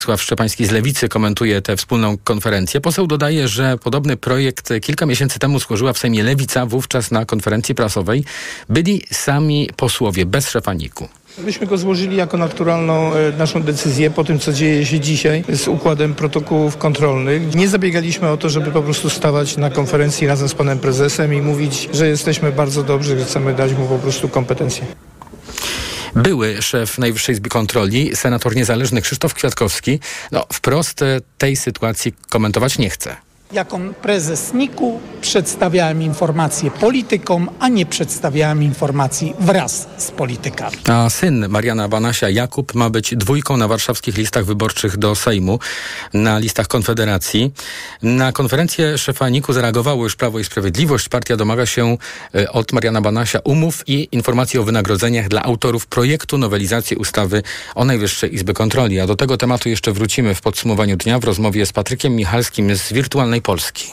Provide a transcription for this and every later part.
Sław Szczepański z Lewicy komentuje tę wspólną konferencję. Poseł dodaje, że podobny projekt kilka miesięcy temu złożyła w Sejmie Lewica. Wówczas na konferencji prasowej byli sami posłowie, bez szefa NIK-u. Myśmy go złożyli jako naturalną naszą decyzję po tym, co dzieje się dzisiaj z układem protokołów kontrolnych. Nie zabiegaliśmy o to, żeby po prostu stawać na konferencji razem z panem prezesem i mówić, że jesteśmy bardzo dobrzy, że chcemy dać mu po prostu kompetencje. Były szef Najwyższej Izby Kontroli, senator niezależny Krzysztof Kwiatkowski, wprost tej sytuacji komentować nie chce. Jako prezes NIK-u przedstawiałem informacje politykom, a nie przedstawiałem informacji wraz z politykami. A syn Mariana Banasia, Jakub, ma być dwójką na warszawskich listach wyborczych do Sejmu, na listach Konfederacji. Na konferencję szefa NIK-u zareagowało już Prawo i Sprawiedliwość. Partia domaga się od Mariana Banasia umów i informacji o wynagrodzeniach dla autorów projektu nowelizacji ustawy o Najwyższej Izbie Kontroli. A do tego tematu jeszcze wrócimy w podsumowaniu dnia w rozmowie z Patrykiem Michalskim z Wirtualnej Polski.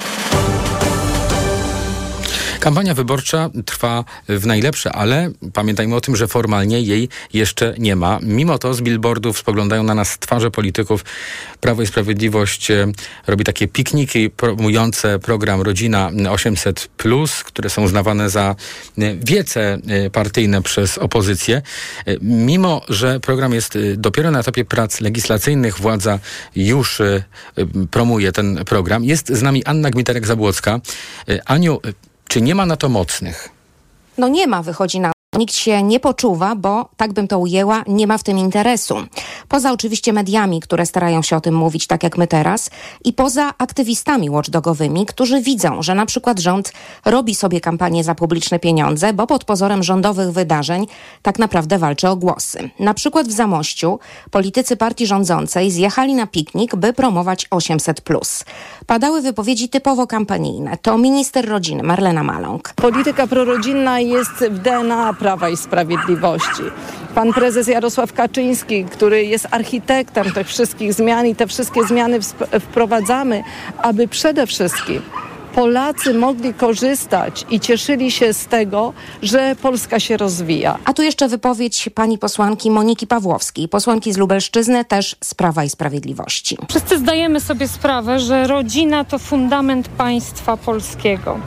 Kampania wyborcza trwa w najlepsze, ale pamiętajmy o tym, że formalnie jej jeszcze nie ma. Mimo to z billboardów spoglądają na nas twarze polityków. Prawo i Sprawiedliwość robi takie pikniki promujące program Rodzina 800+, które są uznawane za wiece partyjne przez opozycję. Mimo że program jest dopiero na etapie prac legislacyjnych, władza już promuje ten program. Jest z nami Anna Gmiterek-Zabłocka. Aniu, czy nie ma na to mocnych? No nie ma, wychodzi na Nikt się nie poczuwa, bo, tak bym to ujęła, nie ma w tym interesu. Poza oczywiście mediami, które starają się o tym mówić, tak jak my teraz, i poza aktywistami watchdogowymi, którzy widzą, że na przykład rząd robi sobie kampanię za publiczne pieniądze, bo pod pozorem rządowych wydarzeń tak naprawdę walczy o głosy. Na przykład w Zamościu politycy partii rządzącej zjechali na piknik, by promować 800+. Padały wypowiedzi typowo kampanijne. To minister rodziny Marlena Maląg. Polityka prorodzinna jest w DNA Prawa i Sprawiedliwości. Pan prezes Jarosław Kaczyński, który jest architektem tych wszystkich zmian i te wszystkie zmiany wprowadzamy, aby przede wszystkim Polacy mogli korzystać i cieszyli się z tego, że Polska się rozwija. A tu jeszcze wypowiedź pani posłanki Moniki Pawłowskiej, posłanki z Lubelszczyzny, też z Prawa i Sprawiedliwości. Wszyscy zdajemy sobie sprawę, że rodzina to fundament państwa polskiego.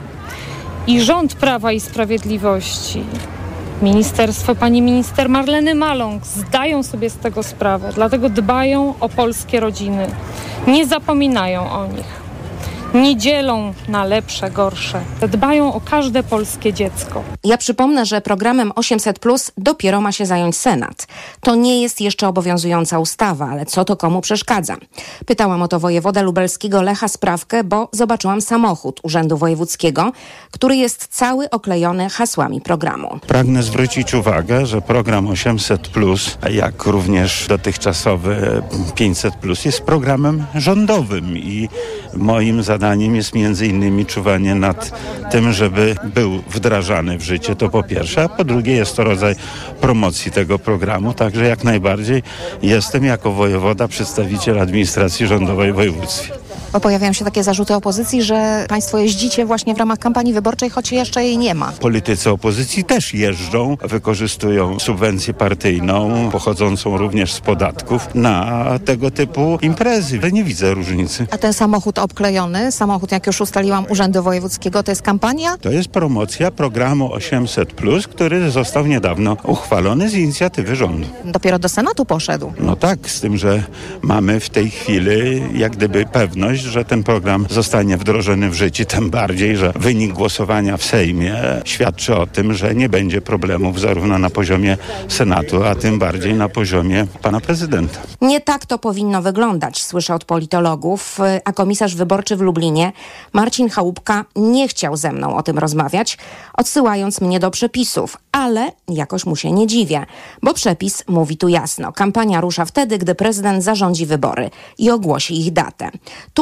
I rząd Prawa i Sprawiedliwości, ministerstwo pani minister Marleny Maląg zdają sobie z tego sprawę, dlatego dbają o polskie rodziny, nie zapominają o nich. Nie dzielą na lepsze, gorsze. Dbają o każde polskie dziecko. Ja przypomnę, że programem 800+ dopiero ma się zająć Senat. To nie jest jeszcze obowiązująca ustawa, ale co to komu przeszkadza? Pytałam o to wojewodę lubelskiego Lecha Sprawkę, bo zobaczyłam samochód Urzędu Wojewódzkiego, który jest cały oklejony hasłami programu. Pragnę zwrócić uwagę, że program 800+, jak również dotychczasowy 500+, jest programem rządowym i moim zadaniem jest między innymi czuwanie nad tym, żeby był wdrażany w życie, to po pierwsze, a po drugie jest to rodzaj promocji tego programu, także jak najbardziej jestem jako wojewoda przedstawiciel administracji rządowej w województwie. Bo pojawiają się takie zarzuty opozycji, że państwo jeździcie właśnie w ramach kampanii wyborczej, choć jeszcze jej nie ma. Politycy opozycji też jeżdżą, wykorzystują subwencję partyjną, pochodzącą również z podatków, na tego typu imprezy. Nie widzę różnicy. A ten samochód obklejony, samochód, jak już ustaliłam, Urzędu Wojewódzkiego, to jest kampania? To jest promocja programu 800+, który został niedawno uchwalony z inicjatywy rządu. Dopiero do Senatu poszedł. No tak, z tym, że mamy w tej chwili jak gdyby pewność, że ten program zostanie wdrożony w życie, tym bardziej, że wynik głosowania w Sejmie świadczy o tym, że nie będzie problemów zarówno na poziomie Senatu, a tym bardziej na poziomie pana prezydenta. Nie tak to powinno wyglądać, słyszę od politologów, a komisarz wyborczy w Lublinie, Marcin Chałupka, nie chciał ze mną o tym rozmawiać, odsyłając mnie do przepisów, ale jakoś mu się nie dziwię, bo przepis mówi tu jasno. Kampania rusza wtedy, gdy prezydent zarządzi wybory i ogłosi ich datę. Tu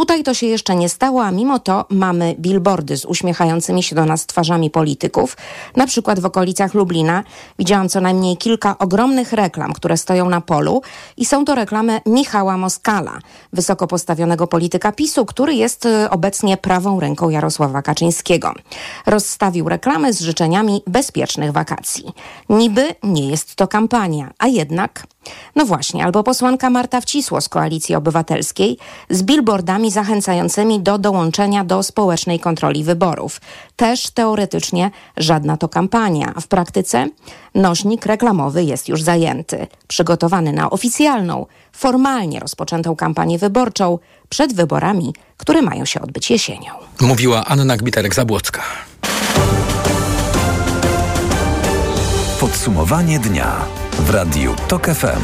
Tutaj to się jeszcze nie stało, a mimo to mamy billboardy z uśmiechającymi się do nas twarzami polityków. Na przykład w okolicach Lublina widziałam co najmniej kilka ogromnych reklam, które stoją na polu i są to reklamy Michała Moskala, wysoko postawionego polityka PiS-u, który jest obecnie prawą ręką Jarosława Kaczyńskiego. Rozstawił reklamy z życzeniami bezpiecznych wakacji. Niby nie jest to kampania, a jednak... No właśnie, albo posłanka Marta Wcisło z Koalicji Obywatelskiej z billboardami zachęcającymi do dołączenia do społecznej kontroli wyborów. Też teoretycznie żadna to kampania, a w praktyce nośnik reklamowy jest już zajęty, przygotowany na oficjalną, formalnie rozpoczętą kampanię wyborczą przed wyborami, które mają się odbyć jesienią. Mówiła Anna Gbiterek-Zabłocka. Podsumowanie dnia w Radiu TOK FM.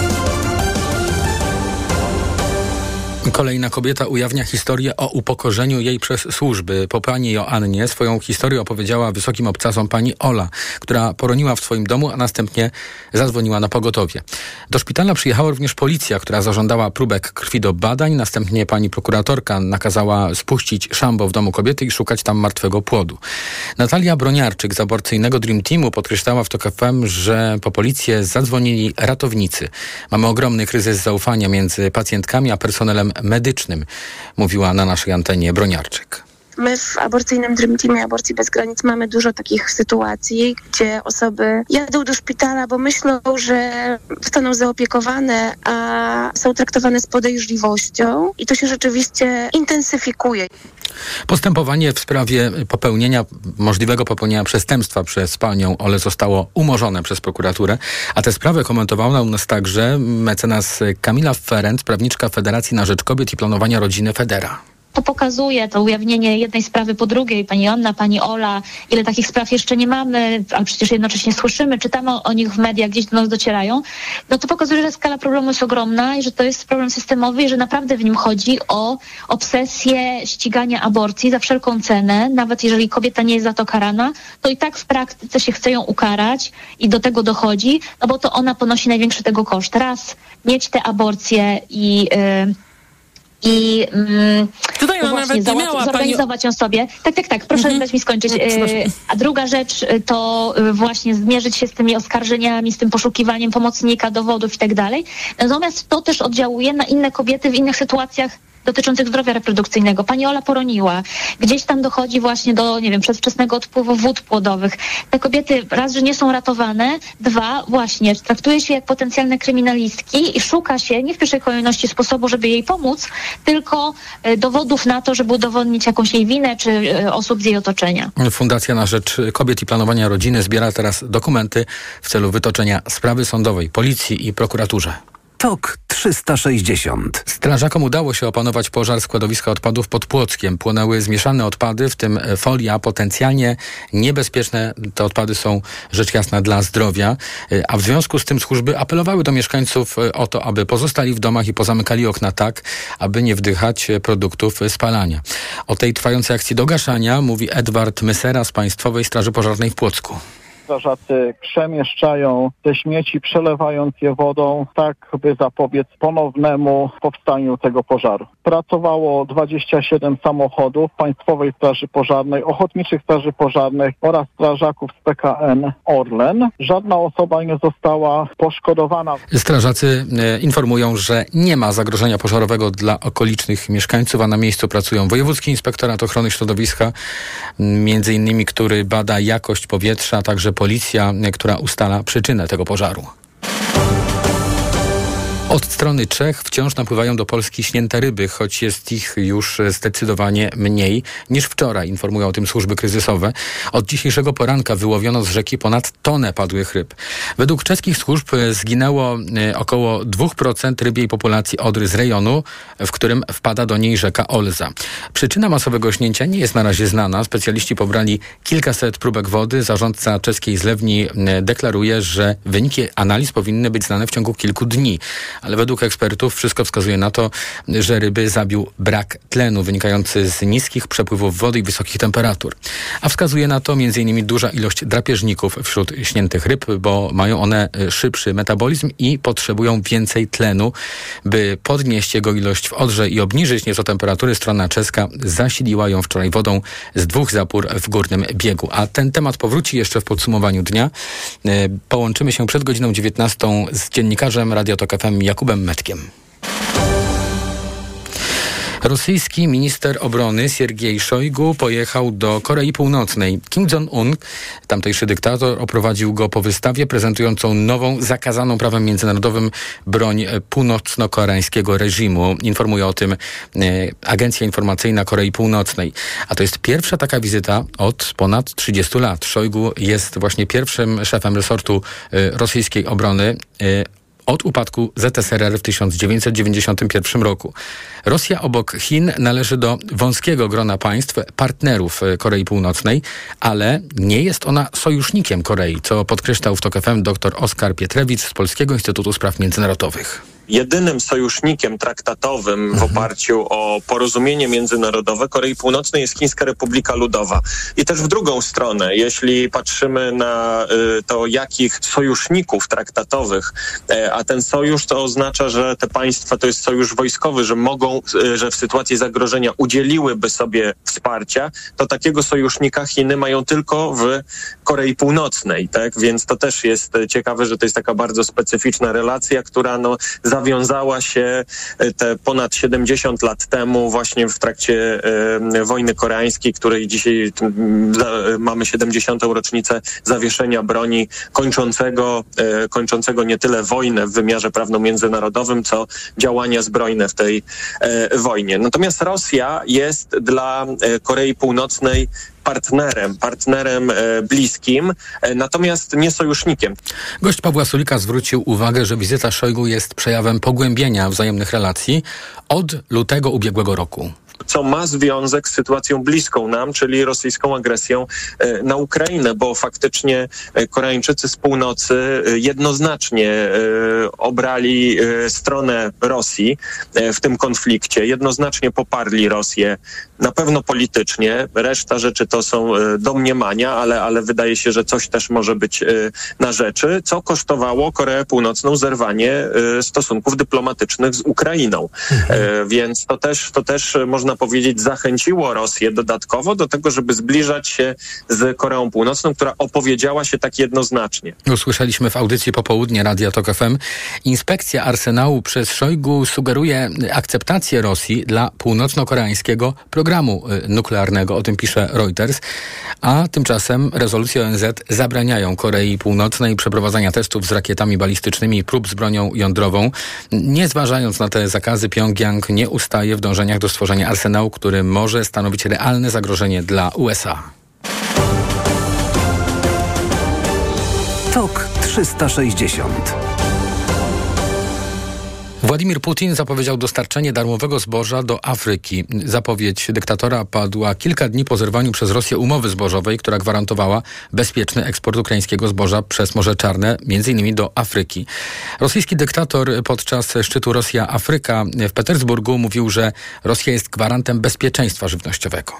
Kolejna kobieta ujawnia historię o upokorzeniu jej przez służby. Po pani Joannie swoją historię opowiedziała wysokim obcasom pani Ola, która poroniła w swoim domu, a następnie zadzwoniła na pogotowie. Do szpitala przyjechała również policja, która zażądała próbek krwi do badań. Następnie pani prokuratorka nakazała spuścić szambo w domu kobiety i szukać tam martwego płodu. Natalia Broniarczyk z aborcyjnego Dream Teamu podkreślała w TOK FM, że po policję zadzwonili ratownicy. Mamy ogromny kryzys zaufania między pacjentkami a personelem medycznym, mówiła na naszej antenie Broniarczyk. My w aborcyjnym Dream Teamie Aborcji Bez Granic mamy dużo takich sytuacji, gdzie osoby jadą do szpitala, bo myślą, że zostaną zaopiekowane, a są traktowane z podejrzliwością i to się rzeczywiście intensyfikuje. Postępowanie w sprawie możliwego popełnienia przestępstwa przez panią Olę zostało umorzone przez prokuraturę, a tę sprawę komentowała u nas także mecenas Kamila Ferenc, prawniczka Federacji na Rzecz Kobiet i Planowania Rodziny Federa. To pokazuje to ujawnienie jednej sprawy po drugiej, pani Joanna, pani Ola, ile takich spraw jeszcze nie mamy, ale przecież jednocześnie słyszymy, czytamy o nich w mediach, gdzieś do nas docierają, no to pokazuje, że skala problemu jest ogromna i że to jest problem systemowy i że naprawdę w nim chodzi o obsesję ścigania aborcji za wszelką cenę, nawet jeżeli kobieta nie jest za to karana, to i tak w praktyce się chce ją ukarać i do tego dochodzi, no bo to ona ponosi największy tego koszt. Raz, mieć te aborcje i tutaj ona nawet nie miała zorganizować ją sobie. Tak, proszę dać mi skończyć. A druga rzecz to właśnie zmierzyć się z tymi oskarżeniami, z tym poszukiwaniem pomocnika, dowodów i tak dalej. Natomiast to też oddziałuje na inne kobiety w innych sytuacjach dotyczących zdrowia reprodukcyjnego. Pani Ola poroniła. Gdzieś tam dochodzi właśnie do, przedwczesnego odpływu wód płodowych. Te kobiety raz, że nie są ratowane, dwa, właśnie, traktuje się jak potencjalne kryminalistki i szuka się nie w pierwszej kolejności sposobu, żeby jej pomóc, tylko dowodów na to, żeby udowodnić jakąś jej winę, czy osób z jej otoczenia. Fundacja na Rzecz Kobiet i Planowania Rodziny zbiera teraz dokumenty w celu wytoczenia sprawy sądowej policji i prokuraturze. TOK 360. Strażakom udało się opanować pożar składowiska odpadów pod Płockiem. Płonęły zmieszane odpady, w tym folia, potencjalnie niebezpieczne. Te odpady są rzecz jasna dla zdrowia, a w związku z tym służby apelowały do mieszkańców o to, aby pozostali w domach i pozamykali okna tak, aby nie wdychać produktów spalania. O tej trwającej akcji dogaszania mówi Edward Mysera z Państwowej Straży Pożarnej w Płocku. Strażacy przemieszczają te śmieci, przelewając je wodą, tak by zapobiec ponownemu powstaniu tego pożaru. Pracowało 27 samochodów Państwowej Straży Pożarnej, Ochotniczych Straży Pożarnych oraz strażaków z PKN Orlen. Żadna osoba nie została poszkodowana. Strażacy informują, że nie ma zagrożenia pożarowego dla okolicznych mieszkańców, a na miejscu pracują Wojewódzki Inspektorat Ochrony Środowiska, między innymi, który bada jakość powietrza, a także policja, która ustala przyczynę tego pożaru. Od strony Czech wciąż napływają do Polski śnięte ryby, choć jest ich już zdecydowanie mniej niż wczoraj, informują o tym służby kryzysowe. Od dzisiejszego poranka wyłowiono z rzeki ponad tonę padłych ryb. Według czeskich służb zginęło około 2% rybiej populacji odry z rejonu, w którym wpada do niej rzeka Olza. Przyczyna masowego śnięcia nie jest na razie znana. Specjaliści pobrali kilkaset próbek wody. Zarządca czeskiej zlewni deklaruje, że wyniki analiz powinny być znane w ciągu kilku dni. ale według ekspertów wszystko wskazuje na to, że ryby zabił brak tlenu wynikający z niskich przepływów wody i wysokich temperatur. A wskazuje na to m.in. duża ilość drapieżników wśród śniętych ryb, bo mają one szybszy metabolizm i potrzebują więcej tlenu, by podnieść jego ilość w Odrze i obniżyć nieco temperatury. Strona czeska zasiliła ją wczoraj wodą z 2 zapór w górnym biegu. A ten temat powróci jeszcze w podsumowaniu dnia. Połączymy się przed godziną 19 z dziennikarzem Radia Tok FM Jakubem Metkiem. Rosyjski minister obrony Siergiej Szojgu pojechał do Korei Północnej. Kim Jong-un, tamtejszy dyktator, oprowadził go po wystawie prezentującą nową, zakazaną prawem międzynarodowym broń północno-koreańskiego reżimu. Informuje o tym Agencja Informacyjna Korei Północnej. A to jest pierwsza taka wizyta od ponad 30 lat. Szojgu jest właśnie pierwszym szefem resortu rosyjskiej obrony od upadku ZSRR w 1991 roku. Rosja obok Chin należy do wąskiego grona państw partnerów Korei Północnej, ale nie jest ona sojusznikiem Korei, co podkreślał w TOK FM dr Oskar Pietrewicz z Polskiego Instytutu Spraw Międzynarodowych. Jedynym sojusznikiem traktatowym w oparciu o porozumienie międzynarodowe Korei Północnej jest Chińska Republika Ludowa. I też w drugą stronę, jeśli patrzymy na to, jakich sojuszników traktatowych, a ten sojusz to oznacza, że te państwa to jest sojusz wojskowy, że w sytuacji zagrożenia udzieliłyby sobie wsparcia, to takiego sojusznika Chiny mają tylko w Korei Północnej, tak? Więc to też jest ciekawe, że to jest taka bardzo specyficzna relacja, która zawiązała się te ponad 70 lat temu właśnie w trakcie wojny koreańskiej, której dzisiaj mamy 70. rocznicę zawieszenia broni kończącego nie tyle wojnę w wymiarze prawno-międzynarodowym, co działania zbrojne w tej wojnie. Natomiast Rosja jest dla Korei Północnej partnerem bliskim, natomiast nie sojusznikiem. Gość Pawła Sulika zwrócił uwagę, że wizyta Szojgu jest przejawem pogłębienia wzajemnych relacji od lutego ubiegłego roku. Co ma związek z sytuacją bliską nam, czyli rosyjską agresją na Ukrainę, bo faktycznie Koreańczycy z północy jednoznacznie obrali stronę Rosji w tym konflikcie, jednoznacznie poparli Rosję, na pewno politycznie, reszta rzeczy to są domniemania, ale wydaje się, że coś też może być na rzeczy, co kosztowało Koreę Północną zerwanie stosunków dyplomatycznych z Ukrainą. Więc to też można powiedzieć zachęciło Rosję dodatkowo do tego, żeby zbliżać się z Koreą Północną, która opowiedziała się tak jednoznacznie. Usłyszeliśmy w audycji Popołudnie Radia Tok FM. Inspekcja arsenału przez Szojgu sugeruje akceptację Rosji dla północno-koreańskiego programu nuklearnego. O tym pisze Reuters. A tymczasem rezolucje ONZ zabraniają Korei Północnej przeprowadzania testów z rakietami balistycznymi i prób z bronią jądrową. Nie zważając na te zakazy, Pjongjang nie ustaje w dążeniach do stworzenia arsenału, który może stanowić realne zagrożenie dla USA. TOK 360. Władimir Putin zapowiedział dostarczenie darmowego zboża do Afryki. Zapowiedź dyktatora padła kilka dni po zerwaniu przez Rosję umowy zbożowej, która gwarantowała bezpieczny eksport ukraińskiego zboża przez Morze Czarne, m.in. do Afryki. Rosyjski dyktator podczas szczytu Rosja-Afryka w Petersburgu mówił, że Rosja jest gwarantem bezpieczeństwa żywnościowego.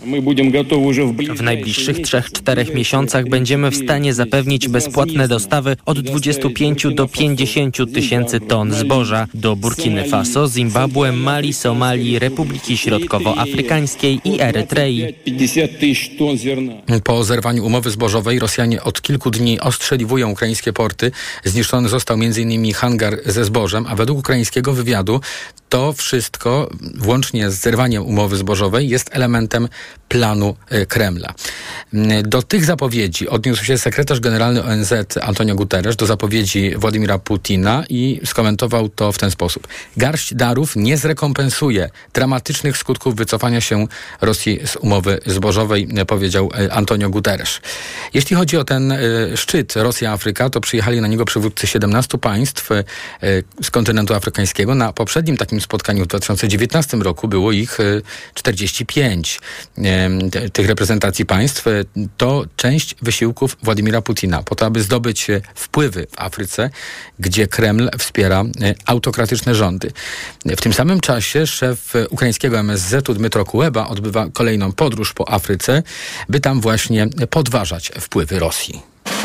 W najbliższych 3-4 miesiącach będziemy w stanie zapewnić bezpłatne dostawy od 25 do 50 tysięcy ton zboża do Burkiny Faso, Zimbabwe, Mali, Somalii, Republiki Środkowoafrykańskiej i Erytrei. Po zerwaniu umowy zbożowej Rosjanie od kilku dni ostrzeliwują ukraińskie porty. Zniszczony został m.in. hangar ze zbożem, a według ukraińskiego wywiadu to wszystko, włącznie z zerwaniem umowy zbożowej, jest elementem planu Kremla. Do tych zapowiedzi odniósł się sekretarz generalny ONZ Antonio Guterres, do zapowiedzi Władimira Putina i skomentował to w ten sposób. Garść darów nie zrekompensuje dramatycznych skutków wycofania się Rosji z umowy zbożowej, powiedział Antonio Guterres. Jeśli chodzi o ten szczyt Rosja-Afryka, to przyjechali na niego przywódcy 17 państw z kontynentu afrykańskiego. Na poprzednim takim ostatnim spotkaniu w 2019 roku było ich 45. Tych reprezentacji państw to część wysiłków Władimira Putina po to, aby zdobyć wpływy w Afryce, gdzie Kreml wspiera autokratyczne rządy. W tym samym czasie szef ukraińskiego MSZ-u Dmytro Kuleba odbywa kolejną podróż po Afryce, by tam właśnie podważać wpływy Rosji.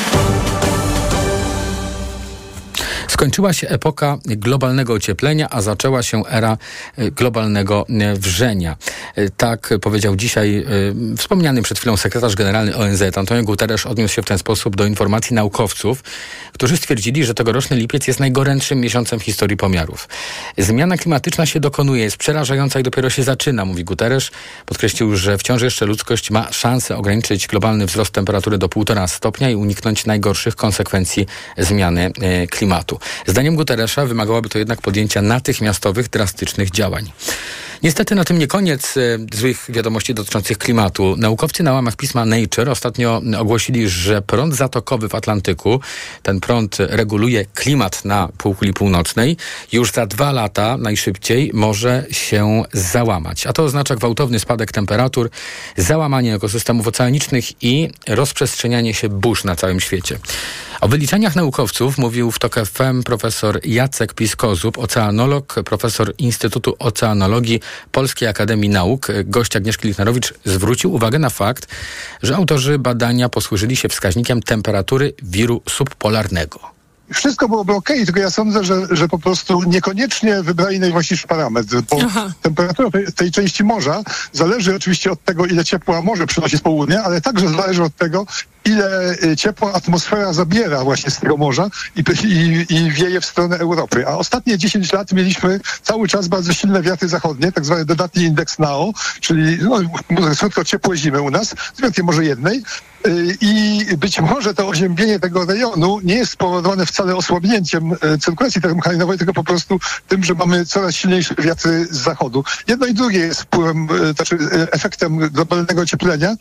Skończyła się epoka globalnego ocieplenia, a zaczęła się era globalnego wrzenia. Tak powiedział dzisiaj wspomniany przed chwilą sekretarz generalny ONZ Antonio Guterres. Odniósł się w ten sposób do informacji naukowców, którzy stwierdzili, że tegoroczny lipiec jest najgorętszym miesiącem w historii pomiarów. Zmiana klimatyczna się dokonuje, jest przerażająca i dopiero się zaczyna, mówi Guterres. Podkreślił, że wciąż jeszcze ludzkość ma szansę ograniczyć globalny wzrost temperatury do 1,5 stopnia i uniknąć najgorszych konsekwencji zmiany klimatu. Zdaniem Guterresa wymagałoby to jednak podjęcia natychmiastowych, drastycznych działań. Niestety na tym nie koniec złych wiadomości dotyczących klimatu. Naukowcy na łamach pisma Nature ostatnio ogłosili, że prąd zatokowy w Atlantyku, ten prąd reguluje klimat na półkuli północnej, już za 2 lata najszybciej może się załamać. A to oznacza gwałtowny spadek temperatur, załamanie ekosystemów oceanicznych i rozprzestrzenianie się burz na całym świecie. O wyliczeniach naukowców mówił w TOK FM profesor Jacek Piskozub, oceanolog, profesor Instytutu Oceanologii Polskiej Akademii Nauk. Gość Agnieszki Lichnerowicz zwrócił uwagę na fakt, że autorzy badania posłużyli się wskaźnikiem temperatury wiru subpolarnego. Wszystko byłoby okej, tylko ja sądzę, że po prostu niekoniecznie wybrali najwłaściwszy parametr, bo temperatura tej części morza zależy oczywiście od tego, ile ciepła morze przynosi z południa, ale także zależy od tego, ile ciepła atmosfera zabiera właśnie z tego morza i wieje w stronę Europy. A ostatnie 10 lat mieliśmy cały czas bardzo silne wiatry zachodnie, tak zwany dodatni indeks NAO, czyli krótko ciepłe zimy u nas, z wyjątkiem może jednej. I być może to oziębienie tego rejonu nie jest spowodowane wcale osłabnięciem cyrkulacji termokalinowej, tylko po prostu tym, że mamy coraz silniejsze wiatry z zachodu. Jedno i drugie jest wpływem, efektem globalnego ocieplenia.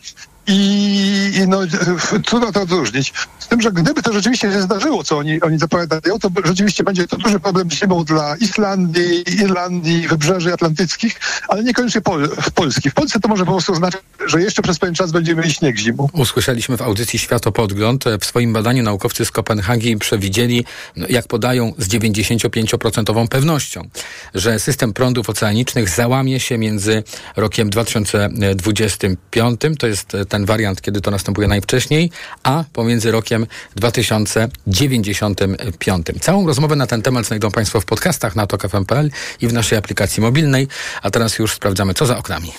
I trudno to odróżnić. Z tym, że gdyby to rzeczywiście się zdarzyło, co oni zapowiadają, to rzeczywiście będzie to duży problem zimą dla Islandii, Irlandii, wybrzeży atlantyckich, ale niekoniecznie Polski. W Polsce to może po prostu oznaczać, że jeszcze przez pewien czas będziemy mieli śnieg zimą. Usłyszeliśmy w audycji Światopodgląd. W swoim badaniu naukowcy z Kopenhagi przewidzieli, jak podają z 95% pewnością, że system prądów oceanicznych załamie się między rokiem 2025, to jest ten wariant, kiedy to następuje najwcześniej, a pomiędzy rokiem 2095. Całą rozmowę na ten temat znajdą Państwo w podcastach na tok.fm.pl i w naszej aplikacji mobilnej. A teraz już sprawdzamy, co za oknami.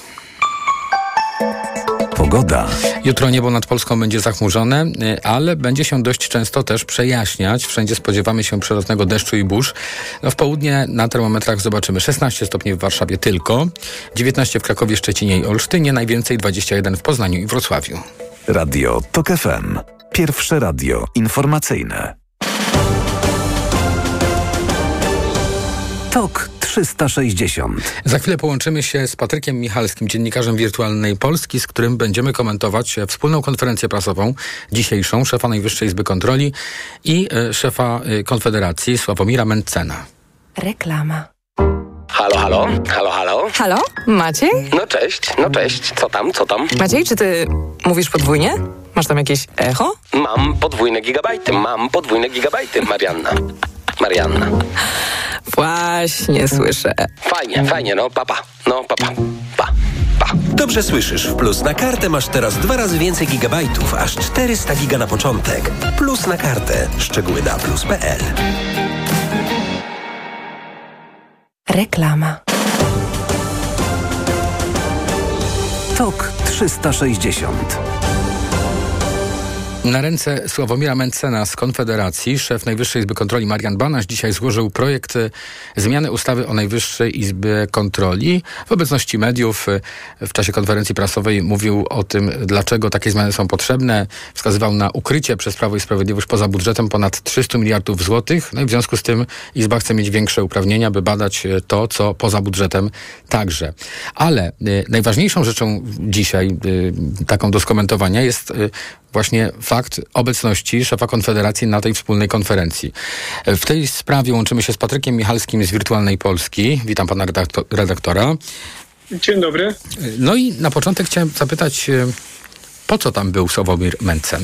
Pogoda. Jutro niebo nad Polską będzie zachmurzone, ale będzie się dość często też przejaśniać. Wszędzie spodziewamy się przelotnego deszczu i burz. W południe na termometrach zobaczymy 16 stopni w Warszawie tylko, 19 w Krakowie, Szczecinie i Olsztynie, najwięcej 21 w Poznaniu i Wrocławiu. Radio TOK FM. Pierwsze radio informacyjne. TOK 360. Za chwilę połączymy się z Patrykiem Michalskim, dziennikarzem Wirtualnej Polski, z którym będziemy komentować wspólną konferencję prasową dzisiejszą szefa Najwyższej Izby Kontroli i szefa Konfederacji Sławomira Mentzena. Reklama. Halo, halo, halo, halo. Halo, Maciej? No cześć, co tam? Maciej, czy ty mówisz podwójnie? Masz tam jakieś echo? Mam podwójne gigabajty, Marianna. Właśnie słyszę. Fajnie, no papa. Dobrze słyszysz. W Plus na kartę masz teraz 2 razy więcej gigabajtów, aż 400 giga na początek. Plus na kartę. Szczegóły na plus.pl. Reklama. TOK 360. Na ręce Sławomira Mentzena z Konfederacji szef Najwyższej Izby Kontroli Marian Banaś dzisiaj złożył projekt zmiany ustawy o Najwyższej Izbie Kontroli. W obecności mediów w czasie konferencji prasowej mówił o tym, dlaczego takie zmiany są potrzebne. Wskazywał na ukrycie przez Prawo i Sprawiedliwość poza budżetem ponad 300 miliardów złotych. No i w związku z tym Izba chce mieć większe uprawnienia, by badać to, co poza budżetem także. Ale najważniejszą rzeczą dzisiaj, taką do skomentowania, jest właśnie fakt fakt obecności szefa Konfederacji na tej wspólnej konferencji. W tej sprawie łączymy się z Patrykiem Michalskim z Wirtualnej Polski. Witam pana redaktora. Dzień dobry. No i na początek chciałem zapytać, po co tam był Sławomir Mencen?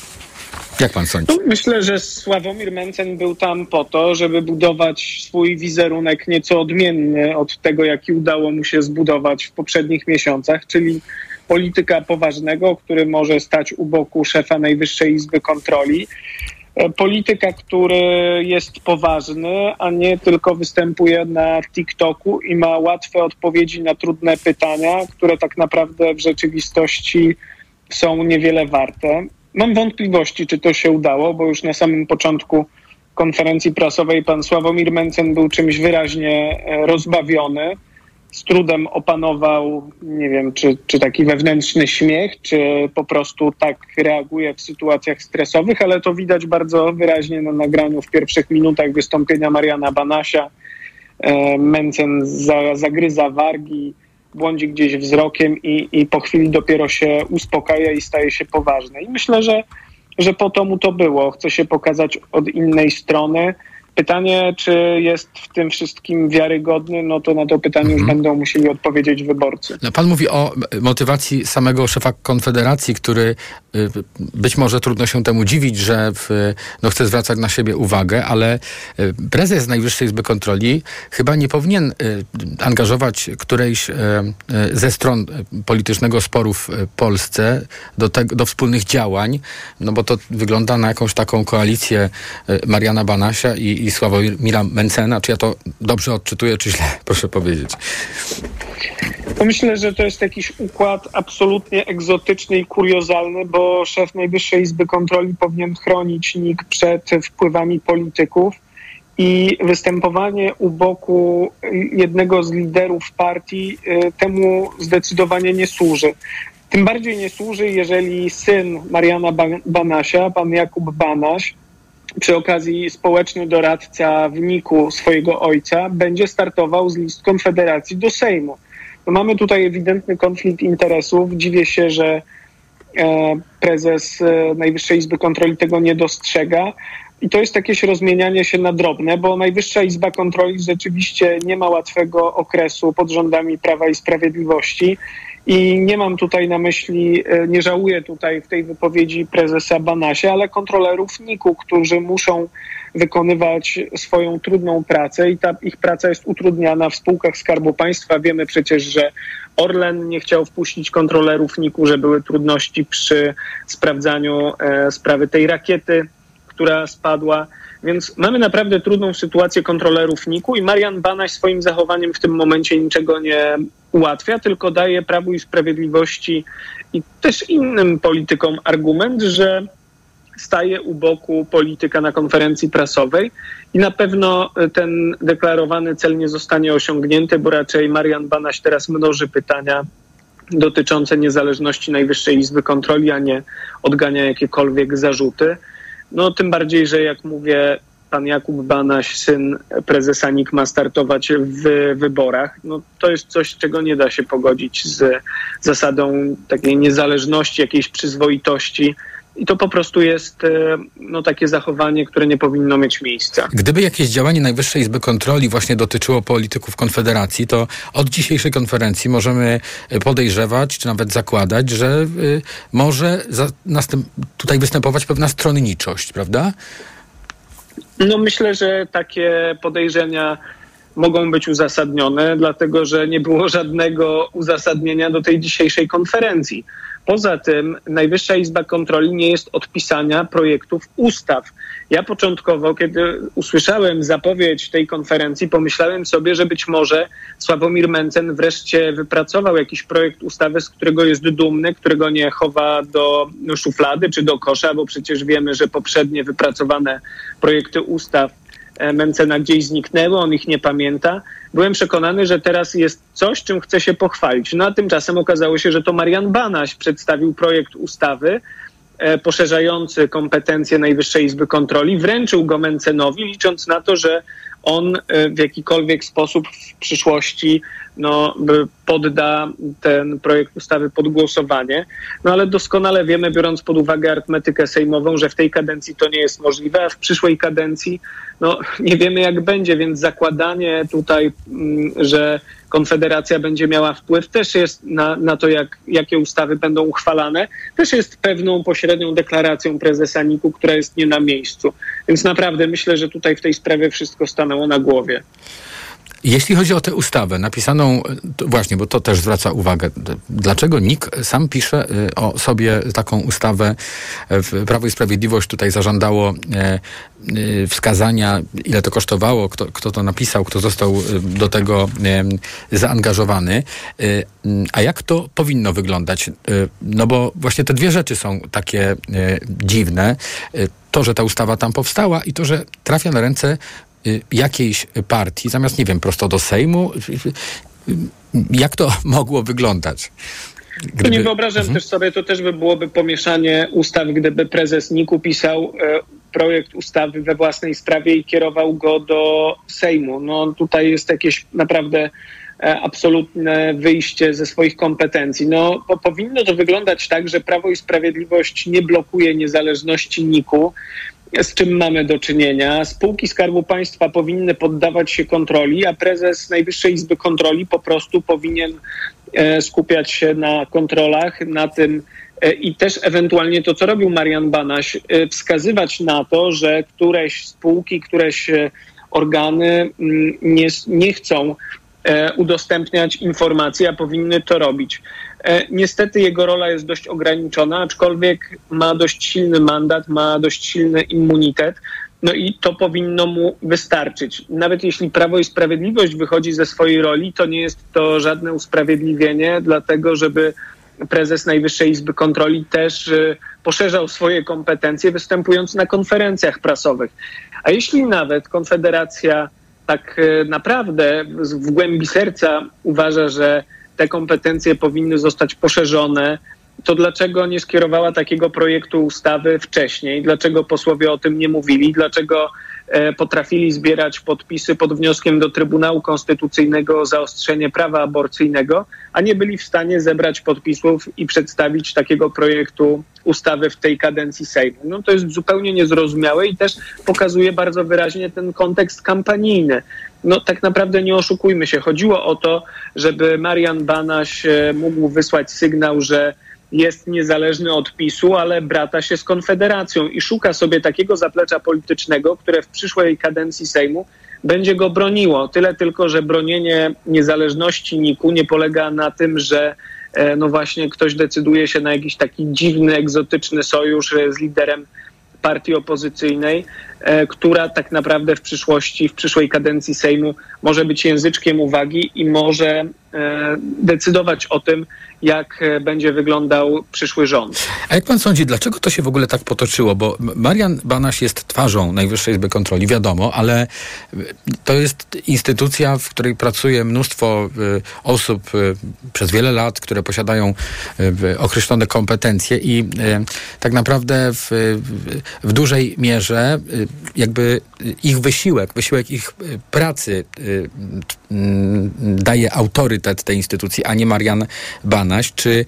Jak pan sądzi? Myślę, że Sławomir Mencen był tam po to, żeby budować swój wizerunek nieco odmienny od tego, jaki udało mu się zbudować w poprzednich miesiącach, czyli polityka poważnego, który może stać u boku szefa Najwyższej Izby Kontroli. Polityka, który jest poważny, a nie tylko występuje na TikToku i ma łatwe odpowiedzi na trudne pytania, które tak naprawdę w rzeczywistości są niewiele warte. Mam wątpliwości, czy to się udało, bo już na samym początku konferencji prasowej pan Sławomir Mencen był czymś wyraźnie rozbawiony. Z trudem opanował, nie wiem, czy taki wewnętrzny śmiech, czy po prostu tak reaguje w sytuacjach stresowych, ale to widać bardzo wyraźnie na nagraniu w pierwszych minutach wystąpienia Mariana Banasia. Mencen zagryza wargi, błądzi gdzieś wzrokiem i po chwili dopiero się uspokaja i staje się poważny. I myślę, że po to mu to było. Chce się pokazać od innej strony. Pytanie, czy jest w tym wszystkim wiarygodny, no to na to pytanie już będą musieli odpowiedzieć wyborcy. No, pan mówi o motywacji samego szefa Konfederacji, który być może trudno się temu dziwić, że chce zwracać na siebie uwagę, ale prezes Najwyższej Izby Kontroli chyba nie powinien angażować którejś ze stron politycznego sporu w Polsce do wspólnych działań, no bo to wygląda na jakąś taką koalicję Mariana Banasia i Sławomira Mencena. Czy ja to dobrze odczytuję, czy źle? Proszę powiedzieć. Myślę, że to jest jakiś układ absolutnie egzotyczny i kuriozalny, bo szef Najwyższej Izby Kontroli powinien chronić NIK przed wpływami polityków i występowanie u boku jednego z liderów partii temu zdecydowanie nie służy. Tym bardziej nie służy, jeżeli syn Mariana Banasia, pan Jakub Banaś, przy okazji społeczny doradca w NIK-u swojego ojca, będzie startował z list Konfederacji do Sejmu. No mamy tutaj ewidentny konflikt interesów. Dziwię się, że prezes Najwyższej Izby Kontroli tego nie dostrzega. I to jest jakieś rozmienianie się na drobne, bo Najwyższa Izba Kontroli rzeczywiście nie ma łatwego okresu pod rządami Prawa i Sprawiedliwości. I nie mam tutaj na myśli, nie żałuję tutaj w tej wypowiedzi prezesa Banasia, ale kontrolerów NIK-u, którzy muszą wykonywać swoją trudną pracę i ta ich praca jest utrudniana w spółkach Skarbu Państwa. Wiemy przecież, że Orlen nie chciał wpuścić kontrolerów NIK-u, że były trudności przy sprawdzaniu sprawy tej rakiety, która spadła. Więc mamy naprawdę trudną sytuację kontrolerów NIK-u i Marian Banaś swoim zachowaniem w tym momencie niczego nie ułatwia, tylko daje Prawu i Sprawiedliwości i też innym politykom argument, że staje u boku polityka na konferencji prasowej i na pewno ten deklarowany cel nie zostanie osiągnięty, bo raczej Marian Banaś teraz mnoży pytania dotyczące niezależności Najwyższej Izby Kontroli, a nie odgania jakiekolwiek zarzuty. No tym bardziej, że jak mówię, pan Jakub Banaś, syn prezesa NIK, ma startować w wyborach. No to jest coś, czego nie da się pogodzić z zasadą takiej niezależności, jakiejś przyzwoitości. I to po prostu jest takie zachowanie, które nie powinno mieć miejsca. Gdyby jakieś działanie Najwyższej Izby Kontroli właśnie dotyczyło polityków Konfederacji, to od dzisiejszej konferencji możemy podejrzewać, czy nawet zakładać, że może tutaj występować pewna stronniczość, prawda? No myślę, że takie podejrzenia mogą być uzasadnione, dlatego że nie było żadnego uzasadnienia do tej dzisiejszej konferencji. Poza tym Najwyższa Izba Kontroli nie jest od pisania projektów ustaw. Ja początkowo, kiedy usłyszałem zapowiedź tej konferencji, pomyślałem sobie, że być może Sławomir Mencen wreszcie wypracował jakiś projekt ustawy, z którego jest dumny, którego nie chowa do szuflady czy do kosza, bo przecież wiemy, że poprzednie wypracowane projekty ustaw Mencena gdzieś zniknęły, on ich nie pamięta. Byłem przekonany, że teraz jest coś, czym chce się pochwalić. No a tymczasem okazało się, że to Marian Banaś przedstawił projekt ustawy poszerzający kompetencje Najwyższej Izby Kontroli, wręczył go Mencenowi, licząc na to, że on w jakikolwiek sposób w przyszłości podda ten projekt ustawy pod głosowanie. No ale doskonale wiemy, biorąc pod uwagę arytmetykę sejmową, że w tej kadencji to nie jest możliwe, a w przyszłej kadencji nie wiemy jak będzie, więc zakładanie tutaj, że Konfederacja będzie miała wpływ też jest na to, jakie ustawy będą uchwalane, też jest pewną pośrednią deklaracją prezesa NIK-u, która jest nie na miejscu. Więc naprawdę myślę, że tutaj w tej sprawie wszystko stanęło na głowie. Jeśli chodzi o tę ustawę napisaną, właśnie, bo to też zwraca uwagę, dlaczego NIK sam pisze o sobie taką ustawę, Prawo i Sprawiedliwość tutaj zażądało wskazania, ile to kosztowało, kto to napisał, kto został do tego zaangażowany, a jak to powinno wyglądać? No bo właśnie te dwie rzeczy są takie dziwne. To, że ta ustawa tam powstała i to, że trafia na ręce jakiejś partii, zamiast, nie wiem, prosto do Sejmu. Jak to mogło wyglądać? Nie wyobrażam też sobie, to też byłoby pomieszanie ustaw, gdyby prezes NIK-u pisał projekt ustawy we własnej sprawie i kierował go do Sejmu. Tutaj jest jakieś naprawdę absolutne wyjście ze swoich kompetencji. Powinno to wyglądać tak, że Prawo i Sprawiedliwość nie blokuje niezależności NIK-u, z czym mamy do czynienia. Spółki Skarbu Państwa powinny poddawać się kontroli, a prezes Najwyższej Izby Kontroli po prostu powinien skupiać się na kontrolach, na tym i też ewentualnie to, co robił Marian Banaś, wskazywać na to, że któreś spółki, któreś organy nie chcą udostępniać informacji, a powinny to robić. Niestety jego rola jest dość ograniczona, aczkolwiek ma dość silny mandat, ma dość silny immunitet, i to powinno mu wystarczyć. Nawet jeśli Prawo i Sprawiedliwość wychodzi ze swojej roli, to nie jest to żadne usprawiedliwienie, dlatego żeby prezes Najwyższej Izby Kontroli też poszerzał swoje kompetencje, występując na konferencjach prasowych. A jeśli nawet Konfederacja tak naprawdę w głębi serca uważa, że te kompetencje powinny zostać poszerzone, to dlaczego nie skierowała takiego projektu ustawy wcześniej? Dlaczego posłowie o tym nie mówili? Dlaczego potrafili zbierać podpisy pod wnioskiem do Trybunału Konstytucyjnego o zaostrzenie prawa aborcyjnego, a nie byli w stanie zebrać podpisów i przedstawić takiego projektu ustawy w tej kadencji Sejmu? To jest zupełnie niezrozumiałe i też pokazuje bardzo wyraźnie ten kontekst kampanijny. Tak naprawdę nie oszukujmy się. Chodziło o to, żeby Marian Banaś mógł wysłać sygnał, że jest niezależny od PiS-u, ale brata się z Konfederacją i szuka sobie takiego zaplecza politycznego, które w przyszłej kadencji Sejmu będzie go broniło. Tyle tylko, że bronienie niezależności NIK-u nie polega na tym, że właśnie ktoś decyduje się na jakiś taki dziwny, egzotyczny sojusz z liderem partii opozycyjnej, która tak naprawdę w przyszłości, w przyszłej kadencji Sejmu może być języczkiem uwagi i może decydować o tym, jak będzie wyglądał przyszły rząd. A jak pan sądzi, dlaczego to się w ogóle tak potoczyło? Bo Marian Banaś jest twarzą Najwyższej Izby Kontroli, wiadomo, ale to jest instytucja, w której pracuje mnóstwo osób przez wiele lat, które posiadają określone kompetencje i tak naprawdę w dużej mierze jakby ich wysiłek ich pracy daje autorytet tej instytucji, a nie Marian Banaś. Czy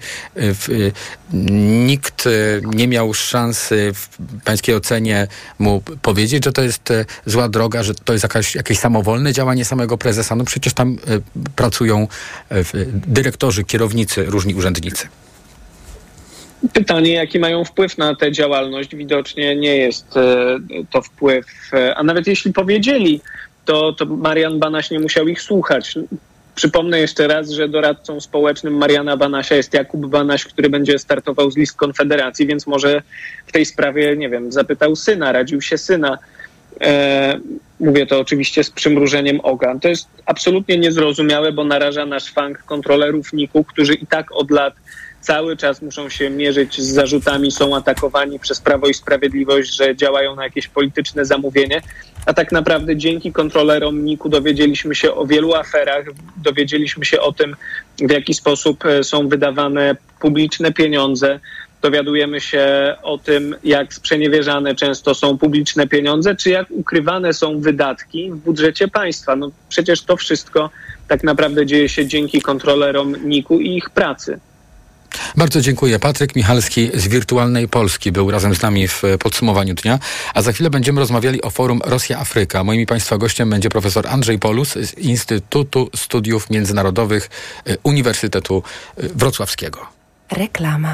nikt nie miał szansy w pańskiej ocenie mu powiedzieć, że to jest zła droga, że to jest jakieś samowolne działanie samego prezesa? Przecież tam pracują dyrektorzy, kierownicy, różni urzędnicy. Pytanie, jaki mają wpływ na tę działalność? Widocznie nie jest to wpływ, a nawet jeśli powiedzieli, to Marian Banaś nie musiał ich słuchać. Przypomnę jeszcze raz, że doradcą społecznym Mariana Banasia jest Jakub Banaś, który będzie startował z list Konfederacji, więc może w tej sprawie, nie wiem, zapytał syna, radził się syna. Mówię to oczywiście z przymrużeniem oka. To jest absolutnie niezrozumiałe, bo naraża na szwank kontrolerów NIK-u, którzy i tak od lat cały czas muszą się mierzyć z zarzutami, są atakowani przez Prawo i Sprawiedliwość, że działają na jakieś polityczne zamówienie, a tak naprawdę dzięki kontrolerom NIK-u dowiedzieliśmy się o wielu aferach, dowiedzieliśmy się o tym, w jaki sposób są wydawane publiczne pieniądze, dowiadujemy się o tym, jak sprzeniewierzane często są publiczne pieniądze, czy jak ukrywane są wydatki w budżecie państwa. No przecież to wszystko tak naprawdę dzieje się dzięki kontrolerom NIK-u i ich pracy. Bardzo dziękuję. Patryk Michalski z Wirtualnej Polski był razem z nami w podsumowaniu dnia, a za chwilę będziemy rozmawiali o forum Rosja-Afryka. Moim i Państwa gościem będzie profesor Andrzej Polus z Instytutu Studiów Międzynarodowych Uniwersytetu Wrocławskiego. Reklama.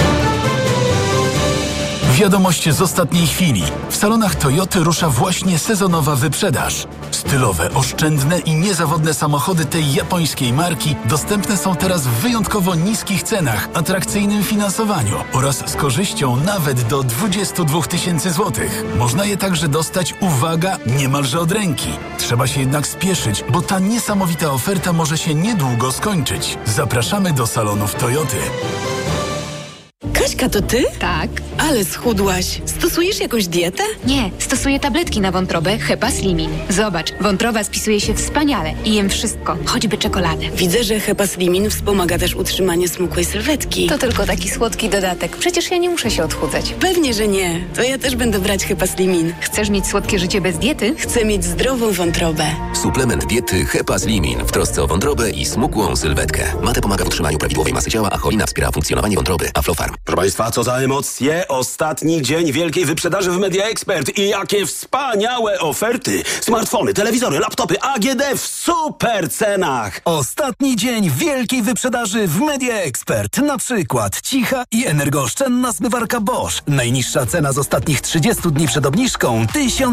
Wiadomość z ostatniej chwili. W salonach Toyoty rusza właśnie sezonowa wyprzedaż. Stylowe, oszczędne i niezawodne samochody tej japońskiej marki dostępne są teraz w wyjątkowo niskich cenach, atrakcyjnym finansowaniu oraz z korzyścią nawet do 22 000 złotych. Można je także dostać, uwaga, niemalże od ręki. Trzeba się jednak spieszyć, bo ta niesamowita oferta może się niedługo skończyć. Zapraszamy do salonów Toyoty. Kaśka, to ty? Tak. Ale schudłaś. Stosujesz jakąś dietę? Nie, stosuję tabletki na wątrobę Hepa Slimin. Zobacz, wątroba spisuje się wspaniale i jem wszystko, choćby czekoladę. Widzę, że Hepa Slimin wspomaga też utrzymanie smukłej sylwetki. To tylko taki słodki dodatek. Przecież ja nie muszę się odchudzać. Pewnie, że nie. To ja też będę brać Hepa Slimin. Chcesz mieć słodkie życie bez diety? Chcę mieć zdrową wątrobę. Suplement diety Hepa Slimin w trosce o wątrobę i smukłą sylwetkę. Mate pomaga w utrzymaniu prawidłowej masy ciała, a cholina wspiera funkcjonowanie wątroby. Aflofarm. Proszę Państwa, co za emocje! Ostatni dzień wielkiej wyprzedaży w Media Expert i jakie wspaniałe oferty! Smartfony, telewizory, laptopy, AGD w super cenach! Ostatni dzień wielkiej wyprzedaży w Media Expert. Na przykład cicha i energooszczędna zmywarka Bosch. Najniższa cena z ostatnich 30 dni przed obniżką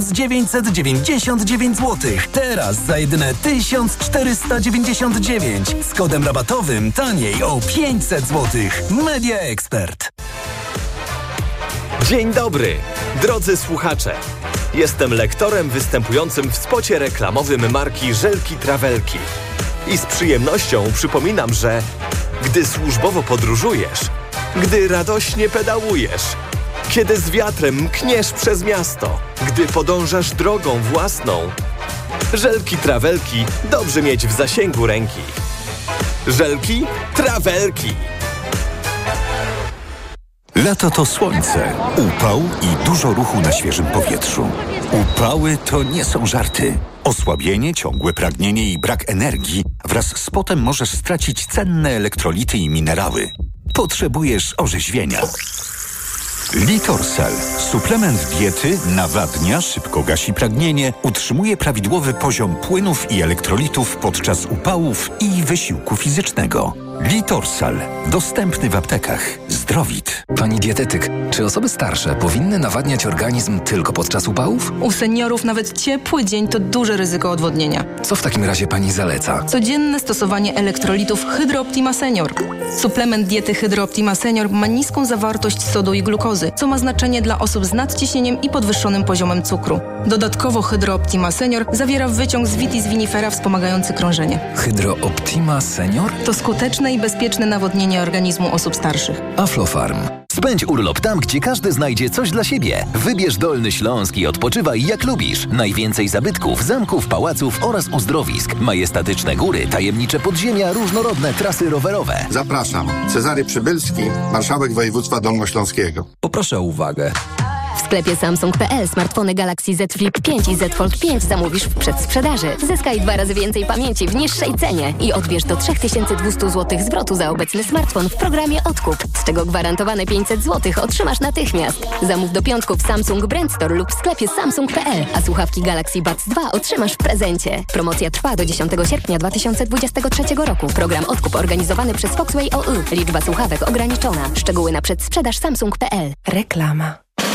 1999 zł. Teraz za jedyne 1499. Z kodem rabatowym taniej o 500 zł. Media Expert. Dzień dobry, drodzy słuchacze. Jestem lektorem występującym w spocie reklamowym marki Żelki Trawelki. I z przyjemnością przypominam, że gdy służbowo podróżujesz, gdy radośnie pedałujesz, kiedy z wiatrem mkniesz przez miasto, gdy podążasz drogą własną, Żelki Trawelki dobrze mieć w zasięgu ręki. Żelki Trawelki. Lato to słońce, upał i dużo ruchu na świeżym powietrzu. Upały to nie są żarty. Osłabienie, ciągłe pragnienie i brak energii wraz z potem możesz stracić cenne elektrolity i minerały. Potrzebujesz orzeźwienia. Litorsal. Suplement diety nawadnia, szybko gasi pragnienie, utrzymuje prawidłowy poziom płynów i elektrolitów podczas upałów i wysiłku fizycznego. Litorsal. Dostępny w aptekach. Zdrowit. Pani dietetyk, czy osoby starsze powinny nawadniać organizm tylko podczas upałów? U seniorów nawet ciepły dzień to duże ryzyko odwodnienia. Co w takim razie pani zaleca? Codzienne stosowanie elektrolitów Hydro Optima Senior. Suplement diety Hydro Optima Senior ma niską zawartość sodu i glukozy, co ma znaczenie dla osób z nadciśnieniem i podwyższonym poziomem cukru. Dodatkowo Hydro Optima Senior zawiera wyciąg z Vitis vinifera wspomagający krążenie. Hydro Optima Senior? To skuteczne i bezpieczne nawodnienie organizmu osób starszych. Aflofarm. Spędź urlop tam, gdzie każdy znajdzie coś dla siebie. Wybierz Dolny Śląsk i odpoczywaj jak lubisz. Najwięcej zabytków, zamków, pałaców oraz uzdrowisk. Majestatyczne góry, tajemnicze podziemia, różnorodne trasy rowerowe. Zapraszam. Cezary Przybylski, marszałek województwa dolnośląskiego. Poproszę o uwagę. W sklepie Samsung.pl smartfony Galaxy Z Flip 5 i Z Fold 5 zamówisz w przedsprzedaży. Zyskaj 2 razy więcej pamięci w niższej cenie i odbierz do 3200 zł zwrotu za obecny smartfon w programie Odkup, z czego gwarantowane 500 zł otrzymasz natychmiast. Zamów do piątku w Samsung Brand Store lub w sklepie Samsung.pl, a słuchawki Galaxy Buds 2 otrzymasz w prezencie. Promocja trwa do 10 sierpnia 2023 roku. Program Odkup organizowany przez Foxway OU. Liczba słuchawek ograniczona. Szczegóły na przedsprzedaż Samsung.pl. Reklama.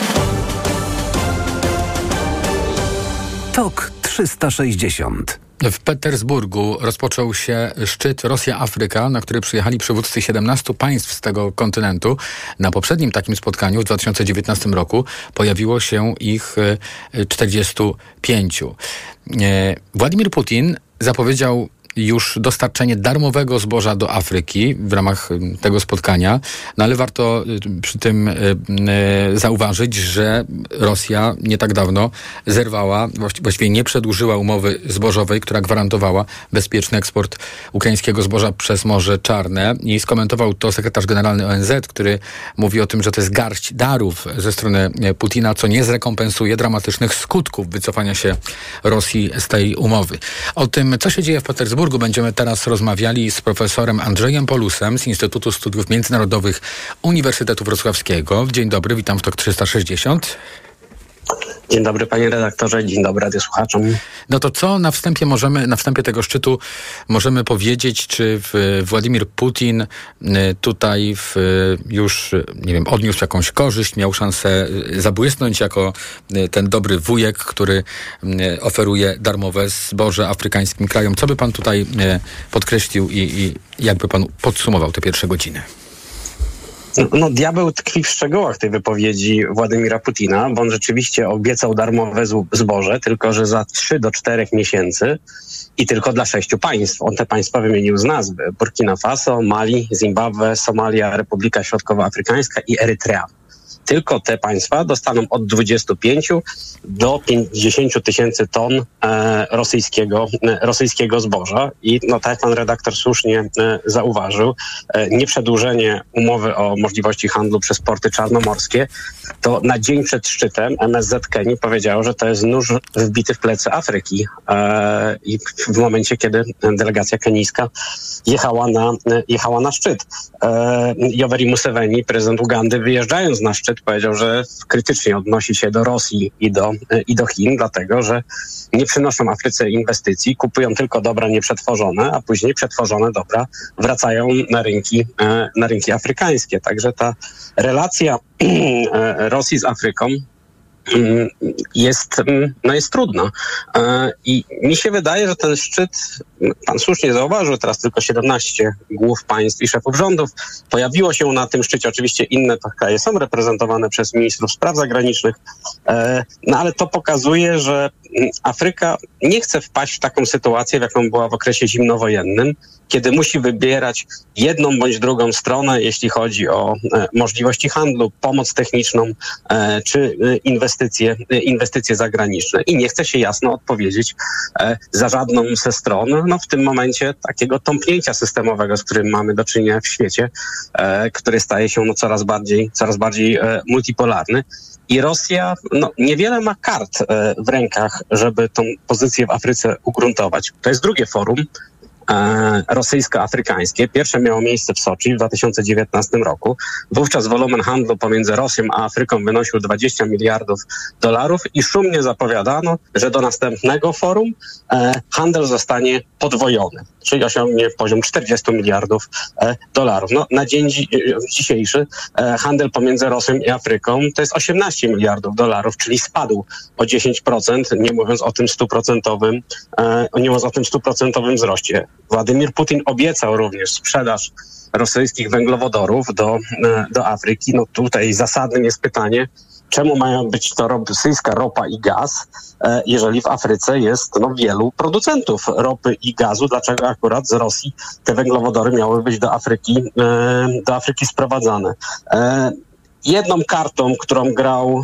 TOK 360. W Petersburgu rozpoczął się szczyt Rosja-Afryka, na który przyjechali przywódcy 17 państw z tego kontynentu. Na poprzednim takim spotkaniu w 2019 roku pojawiło się ich 45. Władimir Putin zapowiedział już dostarczenie darmowego zboża do Afryki w ramach tego spotkania, no ale warto przy tym zauważyć, że Rosja nie tak dawno zerwała, właściwie nie przedłużyła umowy zbożowej, która gwarantowała bezpieczny eksport ukraińskiego zboża przez Morze Czarne, i skomentował to sekretarz generalny ONZ, który mówi o tym, że to jest garść darów ze strony Putina, co nie zrekompensuje dramatycznych skutków wycofania się Rosji z tej umowy. O tym, co się dzieje w Petersburgu, będziemy teraz rozmawiali z profesorem Andrzejem Polusem z Instytutu Studiów Międzynarodowych Uniwersytetu Wrocławskiego. Dzień dobry, witam w TOK 360. Dzień dobry, panie redaktorze, dzień dobry radiosłuchaczom. No to co na wstępie tego szczytu możemy powiedzieć, czy Władimir Putin tutaj już, nie wiem, odniósł jakąś korzyść, miał szansę zabłysnąć jako ten dobry wujek, który oferuje darmowe zboże afrykańskim krajom. Co by pan tutaj podkreślił i jakby pan podsumował te pierwsze godziny? No, diabeł tkwi w szczegółach tej wypowiedzi Władimira Putina, bo on rzeczywiście obiecał darmowe zboże, tylko że za 3 do 4 miesięcy i tylko dla 6 państw. On te państwa wymienił z nazwy: Burkina Faso, Mali, Zimbabwe, Somalia, Republika Środkowoafrykańska i Erytrea. Tylko te państwa dostaną od 25 do 50 tysięcy ton rosyjskiego zboża. I no, tak jak pan redaktor słusznie zauważył, nieprzedłużenie umowy o możliwości handlu przez porty czarnomorskie, to na dzień przed szczytem MSZ Kenii powiedziało, że to jest nóż wbity w plecy Afryki. I w momencie, kiedy delegacja kenijska jechała na szczyt. Yoweri Museveni, prezydent Ugandy, wyjeżdżając na szczyt, powiedział, że krytycznie odnosi się do Rosji i do Chin, dlatego że nie przynoszą Afryce inwestycji, kupują tylko dobra nieprzetworzone, a później przetworzone dobra wracają na rynki afrykańskie. Także ta relacja Rosji z Afryką jest trudna. I mi się wydaje, że ten szczyt, pan słusznie zauważył, teraz tylko 17 głów państw i szefów rządów pojawiło się na tym szczycie. Oczywiście inne kraje są reprezentowane przez ministrów spraw zagranicznych, no ale to pokazuje, że Afryka nie chce wpaść w taką sytuację, w jaką była w okresie zimnowojennym, kiedy musi wybierać jedną bądź drugą stronę, jeśli chodzi o możliwości handlu, pomoc techniczną czy inwestycje zagraniczne. I nie chce się jasno odpowiedzieć za żadną ze stron, no w tym momencie takiego tąpnięcia systemowego, z którym mamy do czynienia w świecie, który staje się coraz bardziej multipolarny. I Rosja niewiele ma kart w rękach, żeby tą pozycję w Afryce ugruntować. To jest drugie forum rosyjsko-afrykańskie. Pierwsze miało miejsce w Soczi w 2019 roku. Wówczas wolumen handlu pomiędzy Rosją a Afryką wynosił $20 miliardów i szumnie zapowiadano, że do następnego forum handel zostanie podwojony, czyli osiągnie poziom $40 miliardów. No, na dzień dzisiejszy handel pomiędzy Rosją i Afryką to jest $18 miliardów, czyli spadł o 10%, nie mówiąc o tym 100% wzroście. Władimir Putin obiecał również sprzedaż rosyjskich węglowodorów do Afryki. No tutaj zasadnym jest pytanie, czemu mają być to rosyjska ropa i gaz, jeżeli w Afryce jest wielu producentów ropy i gazu? Dlaczego akurat z Rosji te węglowodory miały być do Afryki sprowadzane? Jedną kartą, którą grał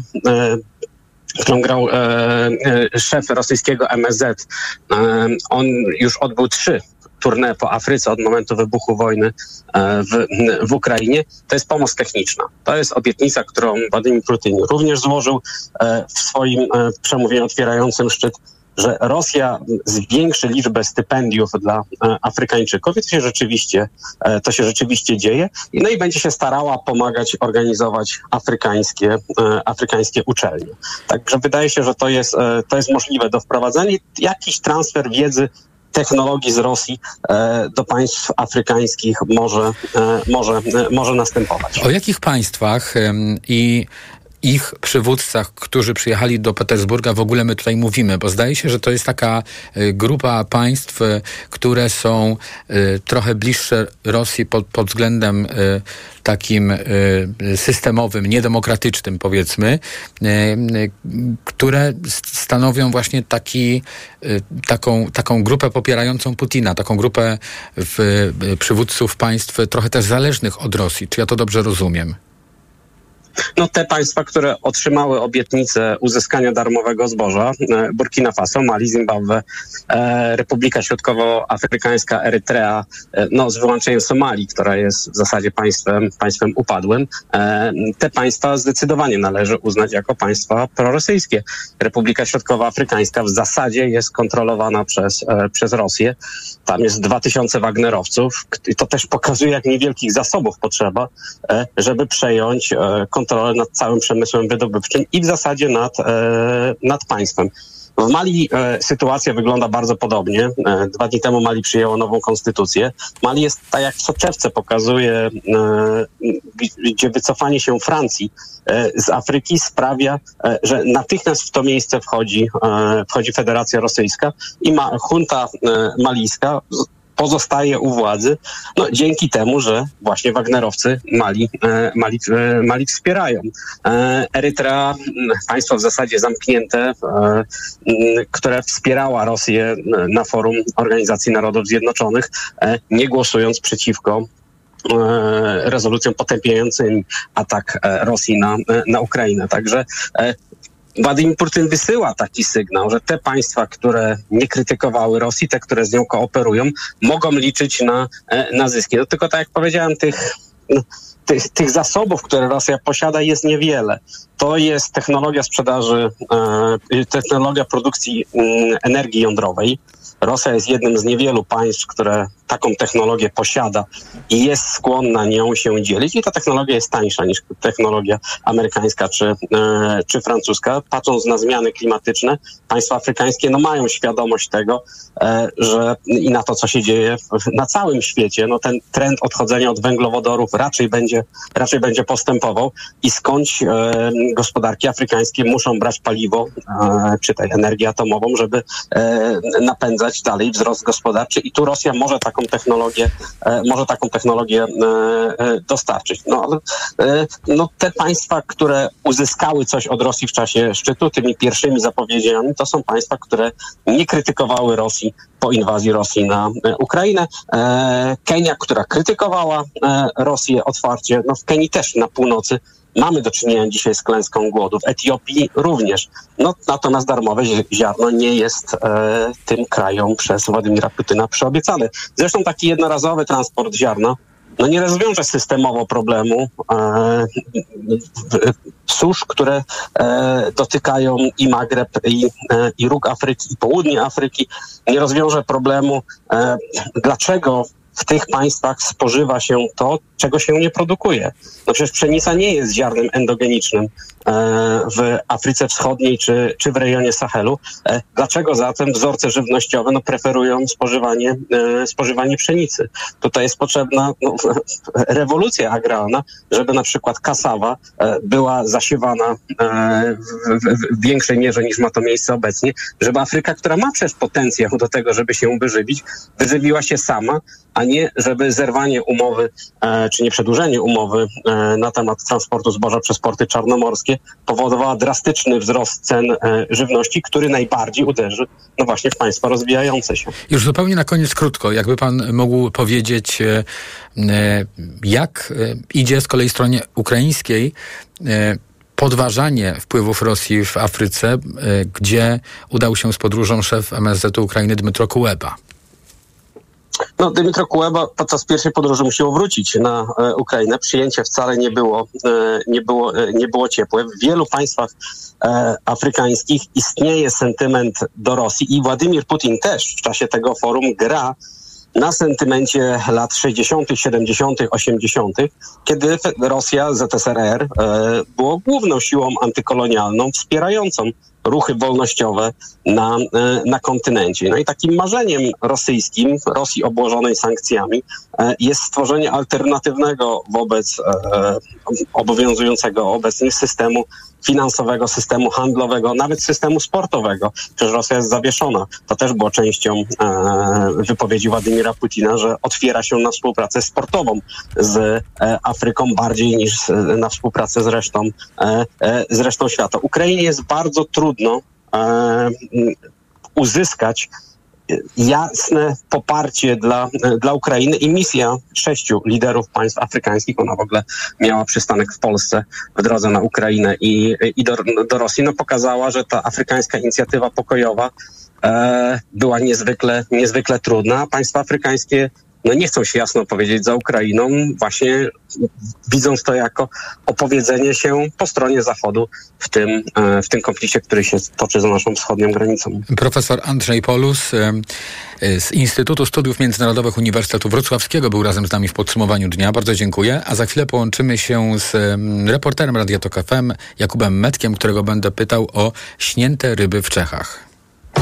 szef rosyjskiego MSZ, on już odbył 3 tournée po Afryce od momentu wybuchu wojny w Ukrainie, to jest pomoc techniczna. To jest obietnica, którą Władimir Putin również złożył w swoim przemówieniu otwierającym szczyt, że Rosja zwiększy liczbę stypendiów dla Afrykańczyków. I to się rzeczywiście dzieje. No i będzie się starała pomagać organizować afrykańskie uczelnie. Także wydaje się, że to jest możliwe do wprowadzenia. Jakiś transfer wiedzy, technologii z Rosji do państw afrykańskich może następować. O jakich państwach i ich przywódcach, którzy przyjechali do Petersburga, w ogóle my tutaj mówimy? Bo zdaje się, że to jest taka grupa państw, które są trochę bliższe Rosji pod względem takim systemowym, niedemokratycznym, powiedzmy, które stanowią właśnie taką grupę popierającą Putina, taką grupę przywódców państw trochę też zależnych od Rosji. Czy ja to dobrze rozumiem? No te państwa, które otrzymały obietnicę uzyskania darmowego zboża, Burkina Faso, Mali, Zimbabwe, Republika Środkowoafrykańska, Erytrea, no z wyłączeniem Somalii, która jest w zasadzie państwem upadłym, te państwa zdecydowanie należy uznać jako państwa prorosyjskie. Republika Środkowoafrykańska w zasadzie jest kontrolowana przez Rosję. Tam jest 2000 Wagnerowców i to też pokazuje, jak niewielkich zasobów potrzeba, żeby przejąć kontrolę nad całym przemysłem wydobywczym i w zasadzie nad państwem. W Mali sytuacja wygląda bardzo podobnie. 2 dni temu Mali przyjęło nową konstytucję. Mali jest, tak jak w soczewce pokazuje, gdzie wycofanie się Francji z Afryki sprawia, że natychmiast w to miejsce wchodzi Federacja Rosyjska i junta malijska pozostaje u władzy, no dzięki temu, że właśnie Wagnerowcy Mali wspierają. Erytrea, państwo w zasadzie zamknięte, które wspierała Rosję na forum Organizacji Narodów Zjednoczonych, nie głosując przeciwko rezolucjom potępiającym atak Rosji na Ukrainę. Także Władimir Putin wysyła taki sygnał, że te państwa, które nie krytykowały Rosji, te, które z nią kooperują, mogą liczyć na zyski. No tylko tak jak powiedziałem, tych zasobów, które Rosja posiada, jest niewiele. To jest technologia sprzedaży, technologia produkcji energii jądrowej. Rosja jest jednym z niewielu państw, które taką technologię posiada i jest skłonna nią się dzielić. I ta technologia jest tańsza niż technologia amerykańska czy francuska. Patrząc na zmiany klimatyczne, państwa afrykańskie mają świadomość tego, że i na to, co się dzieje na całym świecie, ten trend odchodzenia od węglowodorów raczej będzie postępował i skądś gospodarki afrykańskie muszą brać paliwo, czy tę energię atomową, żeby napędzać dalej wzrost gospodarczy i tu Rosja może taką technologię dostarczyć. Te państwa, które uzyskały coś od Rosji w czasie szczytu, tymi pierwszymi zapowiedziami, to są państwa, które nie krytykowały Rosji po inwazji Rosji na Ukrainę. Kenia, która krytykowała Rosję otwarcie, w Kenii też na północy mamy do czynienia dzisiaj z klęską głodu. W Etiopii również. Natomiast darmowe ziarno nie jest tym krajom przez Władimira Putina przyobiecane. Zresztą taki jednorazowy transport ziarna nie rozwiąże systemowo problemu susz, które dotykają i Magreb, i róg Afryki, i południe Afryki. Nie rozwiąże problemu, dlaczego w tych państwach spożywa się to, czego się nie produkuje. Przecież pszenica nie jest ziarnem endogenicznym w Afryce Wschodniej czy w rejonie Sahelu. Dlaczego zatem wzorce żywnościowe preferują spożywanie pszenicy? Tutaj jest potrzebna rewolucja agrarna, żeby na przykład kasawa była zasiewana w większej mierze niż ma to miejsce obecnie, żeby Afryka, która ma przecież potencjał do tego, żeby się wyżywiła się sama, a nie żeby zerwanie umowy czy nieprzedłużenie umowy na temat transportu zboża przez porty czarnomorskie powodowała drastyczny wzrost cen żywności, który najbardziej uderzy właśnie w państwa rozwijające się. Już zupełnie na koniec krótko, jakby pan mógł powiedzieć, jak idzie z kolei stronie ukraińskiej podważanie wpływów Rosji w Afryce, gdzie udał się z podróżą szef MSZ-u Ukrainy Dmytro Kuleba. Dmytro Kuleba podczas pierwszej podróży musiał wrócić na Ukrainę. Przyjęcie wcale nie było ciepłe. W wielu państwach afrykańskich istnieje sentyment do Rosji i Władimir Putin też w czasie tego forum gra na sentymencie lat 60., 70., 80., kiedy Rosja, ZSRR było główną siłą antykolonialną wspierającą ruchy wolnościowe na kontynencie. I takim marzeniem rosyjskim, Rosji obłożonej sankcjami, jest stworzenie alternatywnego wobec obowiązującego obecnie systemu finansowego, systemu handlowego, nawet systemu sportowego. Przecież Rosja jest zawieszona. To też było częścią wypowiedzi Władimira Putina, że otwiera się na współpracę sportową z Afryką bardziej niż na współpracę z resztą świata. Ukrainie jest bardzo trudno uzyskać jasne poparcie dla Ukrainy i misja 6 liderów państw afrykańskich, ona w ogóle miała przystanek w Polsce w drodze na Ukrainę i do Rosji, pokazała, że ta afrykańska inicjatywa pokojowa była niezwykle trudna. Państwa afrykańskie nie chcą się jasno opowiedzieć za Ukrainą, właśnie widząc to jako opowiedzenie się po stronie Zachodu w tym konflikcie, który się toczy za naszą wschodnią granicą. Profesor Andrzej Polus z Instytutu Studiów Międzynarodowych Uniwersytetu Wrocławskiego był razem z nami w podsumowaniu dnia. Bardzo dziękuję. A za chwilę połączymy się z reporterem Radia Tok FM Jakubem Metkiem, którego będę pytał o śnięte ryby w Czechach.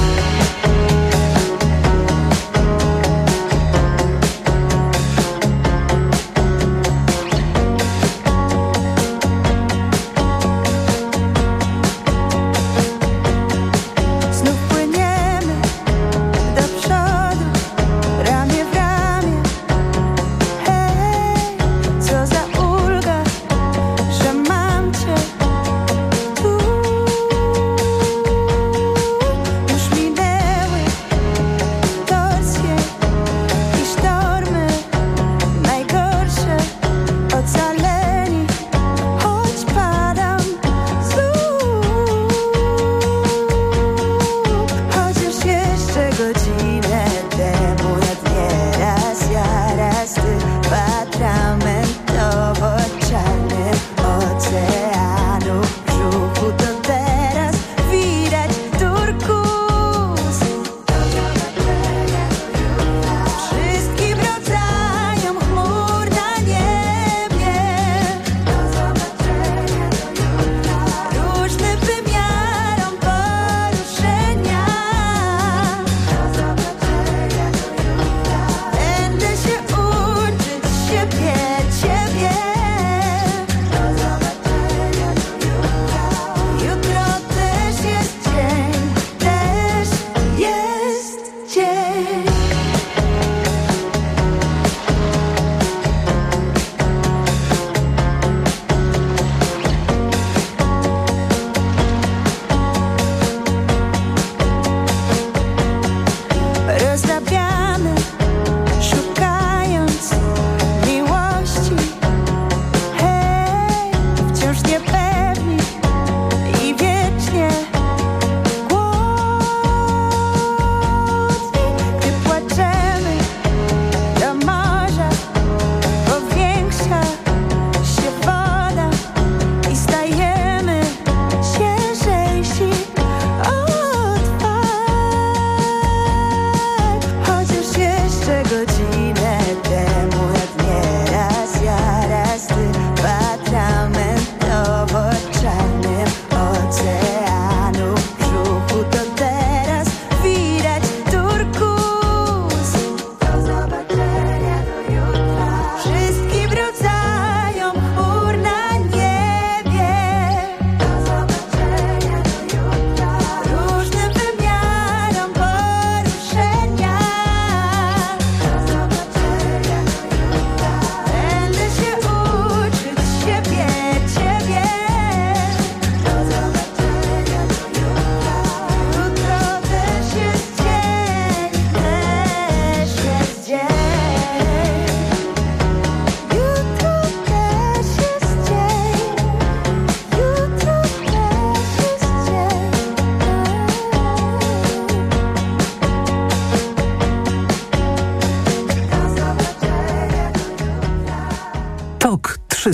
TOK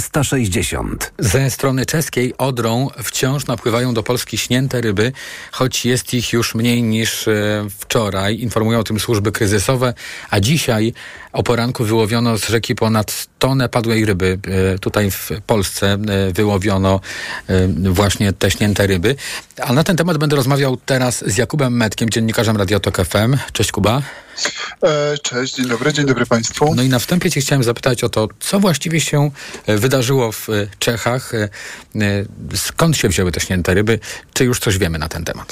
360. Ze strony czeskiej Odrą wciąż napływają do Polski śnięte ryby, choć jest ich już mniej niż wczoraj. Informują o tym służby kryzysowe, a dzisiaj o poranku wyłowiono z rzeki ponad tonę padłej ryby. Tutaj w Polsce wyłowiono właśnie te śnięte ryby. A na ten temat będę rozmawiał teraz z Jakubem Metkiem, dziennikarzem Radia Tok FM. Cześć, Kuba. Cześć, dzień dobry Państwu. No i na wstępie Cię chciałem zapytać o to, co właściwie się wydarzyło w Czechach, skąd się wzięły te śnięte ryby, czy już coś wiemy na ten temat?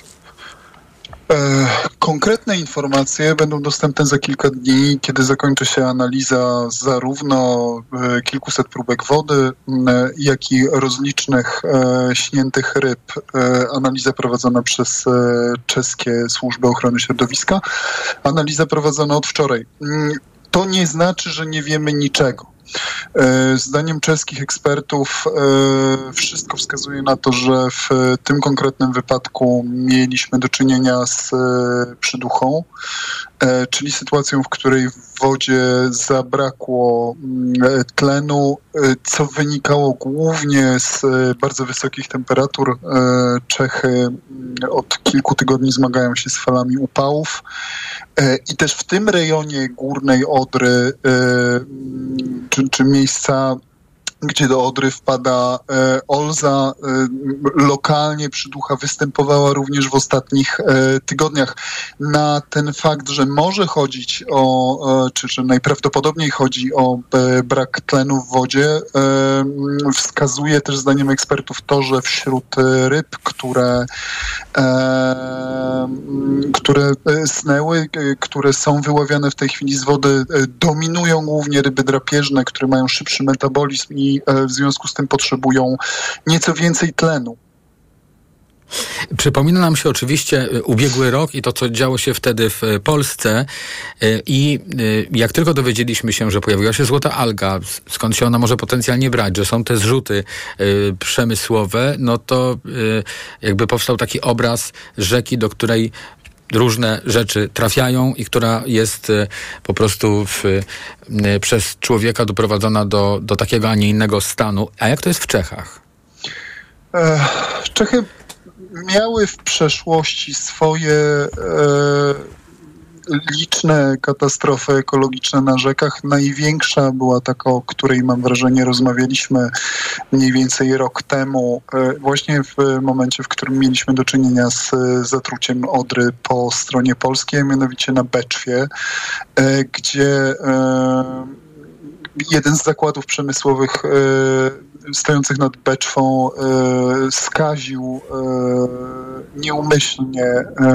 Konkretne informacje będą dostępne za kilka dni, kiedy zakończy się analiza zarówno kilkuset próbek wody, jak i rozlicznych śniętych ryb. Analiza prowadzona przez czeskie służby ochrony środowiska. Analiza prowadzona od wczoraj. To nie znaczy, że nie wiemy niczego. Zdaniem czeskich ekspertów wszystko wskazuje na to, że w tym konkretnym wypadku mieliśmy do czynienia z przyduchą, czyli sytuacją, w której w wodzie zabrakło tlenu, co wynikało głównie z bardzo wysokich temperatur. Czechy od kilku tygodni zmagają się z falami upałów i też w tym rejonie Górnej Odry, czy miejsca, gdzie do Odry wpada Olza, lokalnie przyducha występowała również w ostatnich tygodniach. Na ten fakt, że może chodzić o, czy najprawdopodobniej chodzi o brak tlenu w wodzie, wskazuje też zdaniem ekspertów to, że wśród ryb, które snęły, które są wyławiane w tej chwili z wody, dominują głównie ryby drapieżne, które mają szybszy metabolizm i w związku z tym potrzebują nieco więcej tlenu. Przypomina nam się oczywiście ubiegły rok i to, co działo się wtedy w Polsce i jak tylko dowiedzieliśmy się, że pojawiła się złota alga, skąd się ona może potencjalnie brać, że są te zrzuty przemysłowe, no to jakby powstał taki obraz rzeki, do której różne rzeczy trafiają i która jest po prostu przez człowieka doprowadzona do takiego, a nie innego stanu. A jak to jest w Czechach? Czechy miały w przeszłości swoje liczne katastrofy ekologiczne na rzekach. Największa była taka, o której mam wrażenie rozmawialiśmy mniej więcej rok temu, właśnie w momencie, w którym mieliśmy do czynienia z zatruciem Odry po stronie polskiej, mianowicie na Beczwie, gdzie jeden z zakładów przemysłowych stojących nad Beczwą skaził nieumyślnie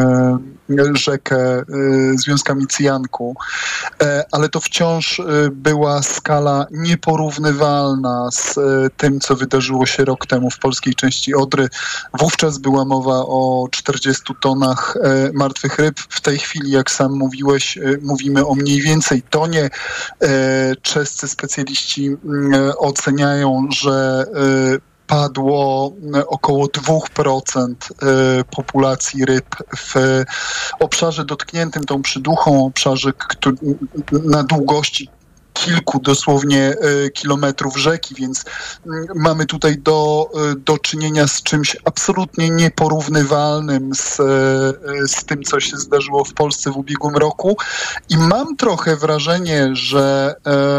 rzekę związkami cyjanku, ale to wciąż była skala nieporównywalna z tym, co wydarzyło się rok temu w polskiej części Odry. Wówczas była mowa o 40 tonach martwych ryb. W tej chwili, jak sam mówiłeś, mówimy o mniej więcej tonie. Czescy specjaliści oceniają, że padło około 2% populacji ryb w obszarze dotkniętym tą przyduchą, obszarze na długości kilku dosłownie kilometrów rzeki, więc mamy tutaj do czynienia z czymś absolutnie nieporównywalnym z tym, co się zdarzyło w Polsce w ubiegłym roku. I mam trochę wrażenie, że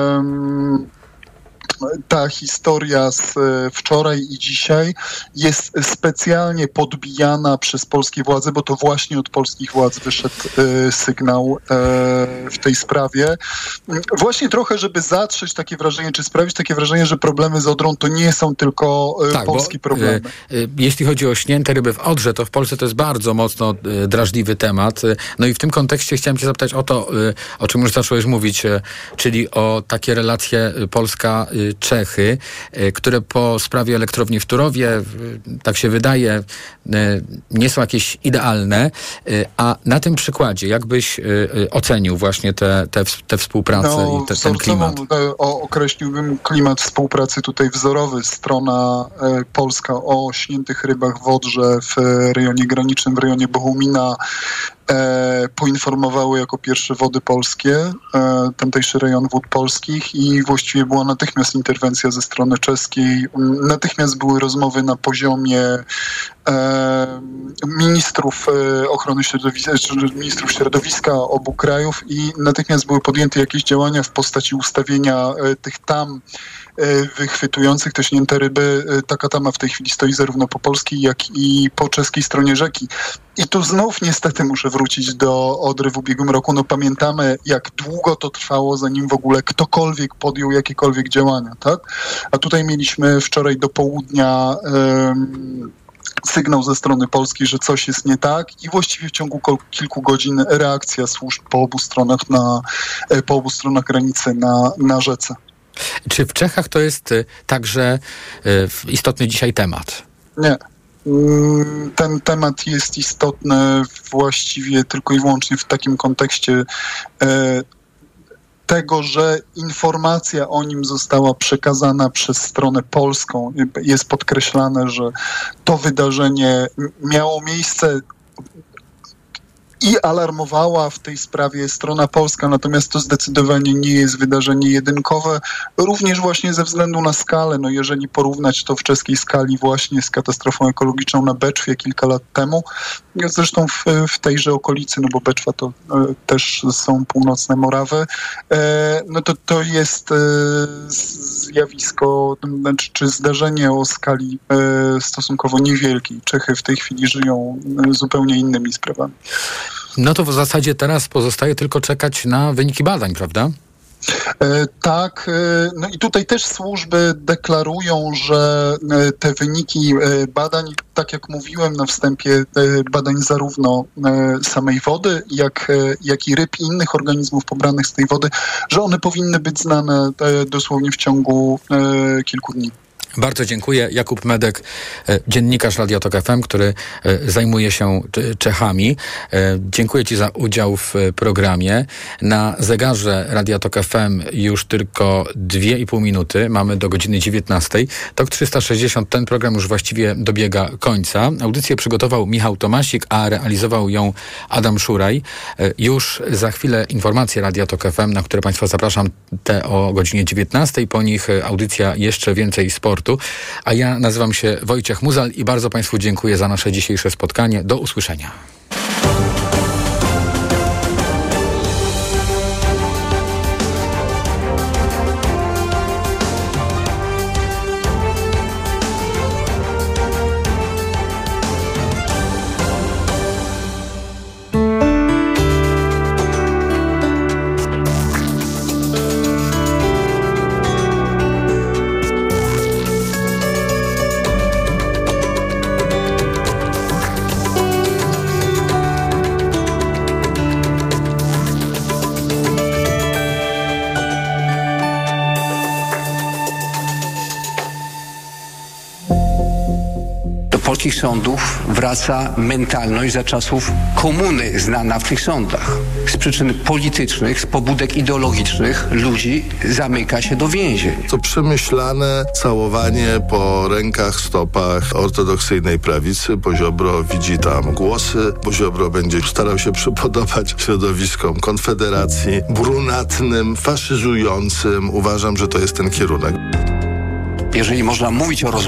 ta historia z wczoraj i dzisiaj jest specjalnie podbijana przez polskie władze, bo to właśnie od polskich władz wyszedł sygnał w tej sprawie. Właśnie trochę, żeby zatrzeć takie wrażenie, czy sprawić takie wrażenie, że problemy z Odrą to nie są tylko polskie problemy. Jeśli chodzi o śnięte ryby w Odrze, to w Polsce to jest bardzo mocno drażliwy temat. No i w tym kontekście chciałem cię zapytać o to, o czym już zacząłeś mówić, czyli o takie relacje Polska-Czechy, które po sprawie elektrowni w Turowie, tak się wydaje, nie są jakieś idealne, a na tym przykładzie jakbyś ocenił właśnie tę współpracę i ten klimat? Określiłbym klimat współpracy tutaj wzorowy. Strona polska o śniętych rybach w Odrze w rejonie granicznym, w rejonie Bohumina, poinformowały jako pierwsze Wody Polskie, tamtejszy rejon Wód Polskich, i właściwie była natychmiast interwencja ze strony czeskiej. Natychmiast były rozmowy na poziomie ministrów ochrony środowiska, czy ministrów środowiska obu krajów i natychmiast były podjęte jakieś działania w postaci ustawienia tych tam wychwytujących te śnięte ryby. Taka tama w tej chwili stoi zarówno po polskiej, jak i po czeskiej stronie rzeki. I tu znów niestety muszę wrócić do Odry w ubiegłym roku. No pamiętamy, jak długo to trwało, zanim w ogóle ktokolwiek podjął jakiekolwiek działania, tak? A tutaj mieliśmy wczoraj do południa sygnał ze strony polskiej, że coś jest nie tak i właściwie w ciągu kilku godzin reakcja służb po obu stronach granicy na rzece. Czy w Czechach to jest także istotny dzisiaj temat? Nie. Ten temat jest istotny właściwie tylko i wyłącznie w takim kontekście tego, że informacja o nim została przekazana przez stronę polską. Jest podkreślane, że to wydarzenie miało miejsce i alarmowała w tej sprawie strona polska, natomiast to zdecydowanie nie jest wydarzenie jedynkowe, również właśnie ze względu na skalę. No jeżeli porównać to w czeskiej skali właśnie z katastrofą ekologiczną na Beczwie kilka lat temu, zresztą w tejże okolicy, no bo Beczwa to też są północne Morawy, no to jest zjawisko, czy zdarzenie o skali stosunkowo niewielkiej. Czechy w tej chwili żyją zupełnie innymi sprawami. No to w zasadzie teraz pozostaje tylko czekać na wyniki badań, prawda? Tak, no i tutaj też służby deklarują, że te wyniki badań, tak jak mówiłem na wstępie, badań zarówno samej wody, jak i ryb i innych organizmów pobranych z tej wody, że one powinny być znane dosłownie w ciągu kilku dni. Bardzo dziękuję. Jakub Medek, dziennikarz Radia Tok FM, który zajmuje się Czechami. Dziękuję Ci za udział w programie. Na zegarze Radia Tok FM już tylko 2,5 minuty. Mamy do godziny 19. Tok 360, ten program już właściwie dobiega końca. Audycję przygotował Michał Tomasik, a realizował ją Adam Szuraj. Już za chwilę informacje Radia Tok FM, na które Państwa zapraszam, te o godzinie 19. Po nich audycja Jeszcze więcej sportu. A ja nazywam się Wojciech Muzal i bardzo Państwu dziękuję za nasze dzisiejsze spotkanie. Do usłyszenia. polskich sądów wraca mentalność za czasów komuny znana w tych sądach. Z przyczyn politycznych, z pobudek ideologicznych ludzi zamyka się do więzień. To przemyślane całowanie po rękach, stopach ortodoksyjnej prawicy, bo Ziobro widzi tam głosy, bo Ziobro będzie starał się przypodobać środowiskom Konfederacji, brunatnym, faszyzującym. Uważam, że to jest ten kierunek. Jeżeli można mówić o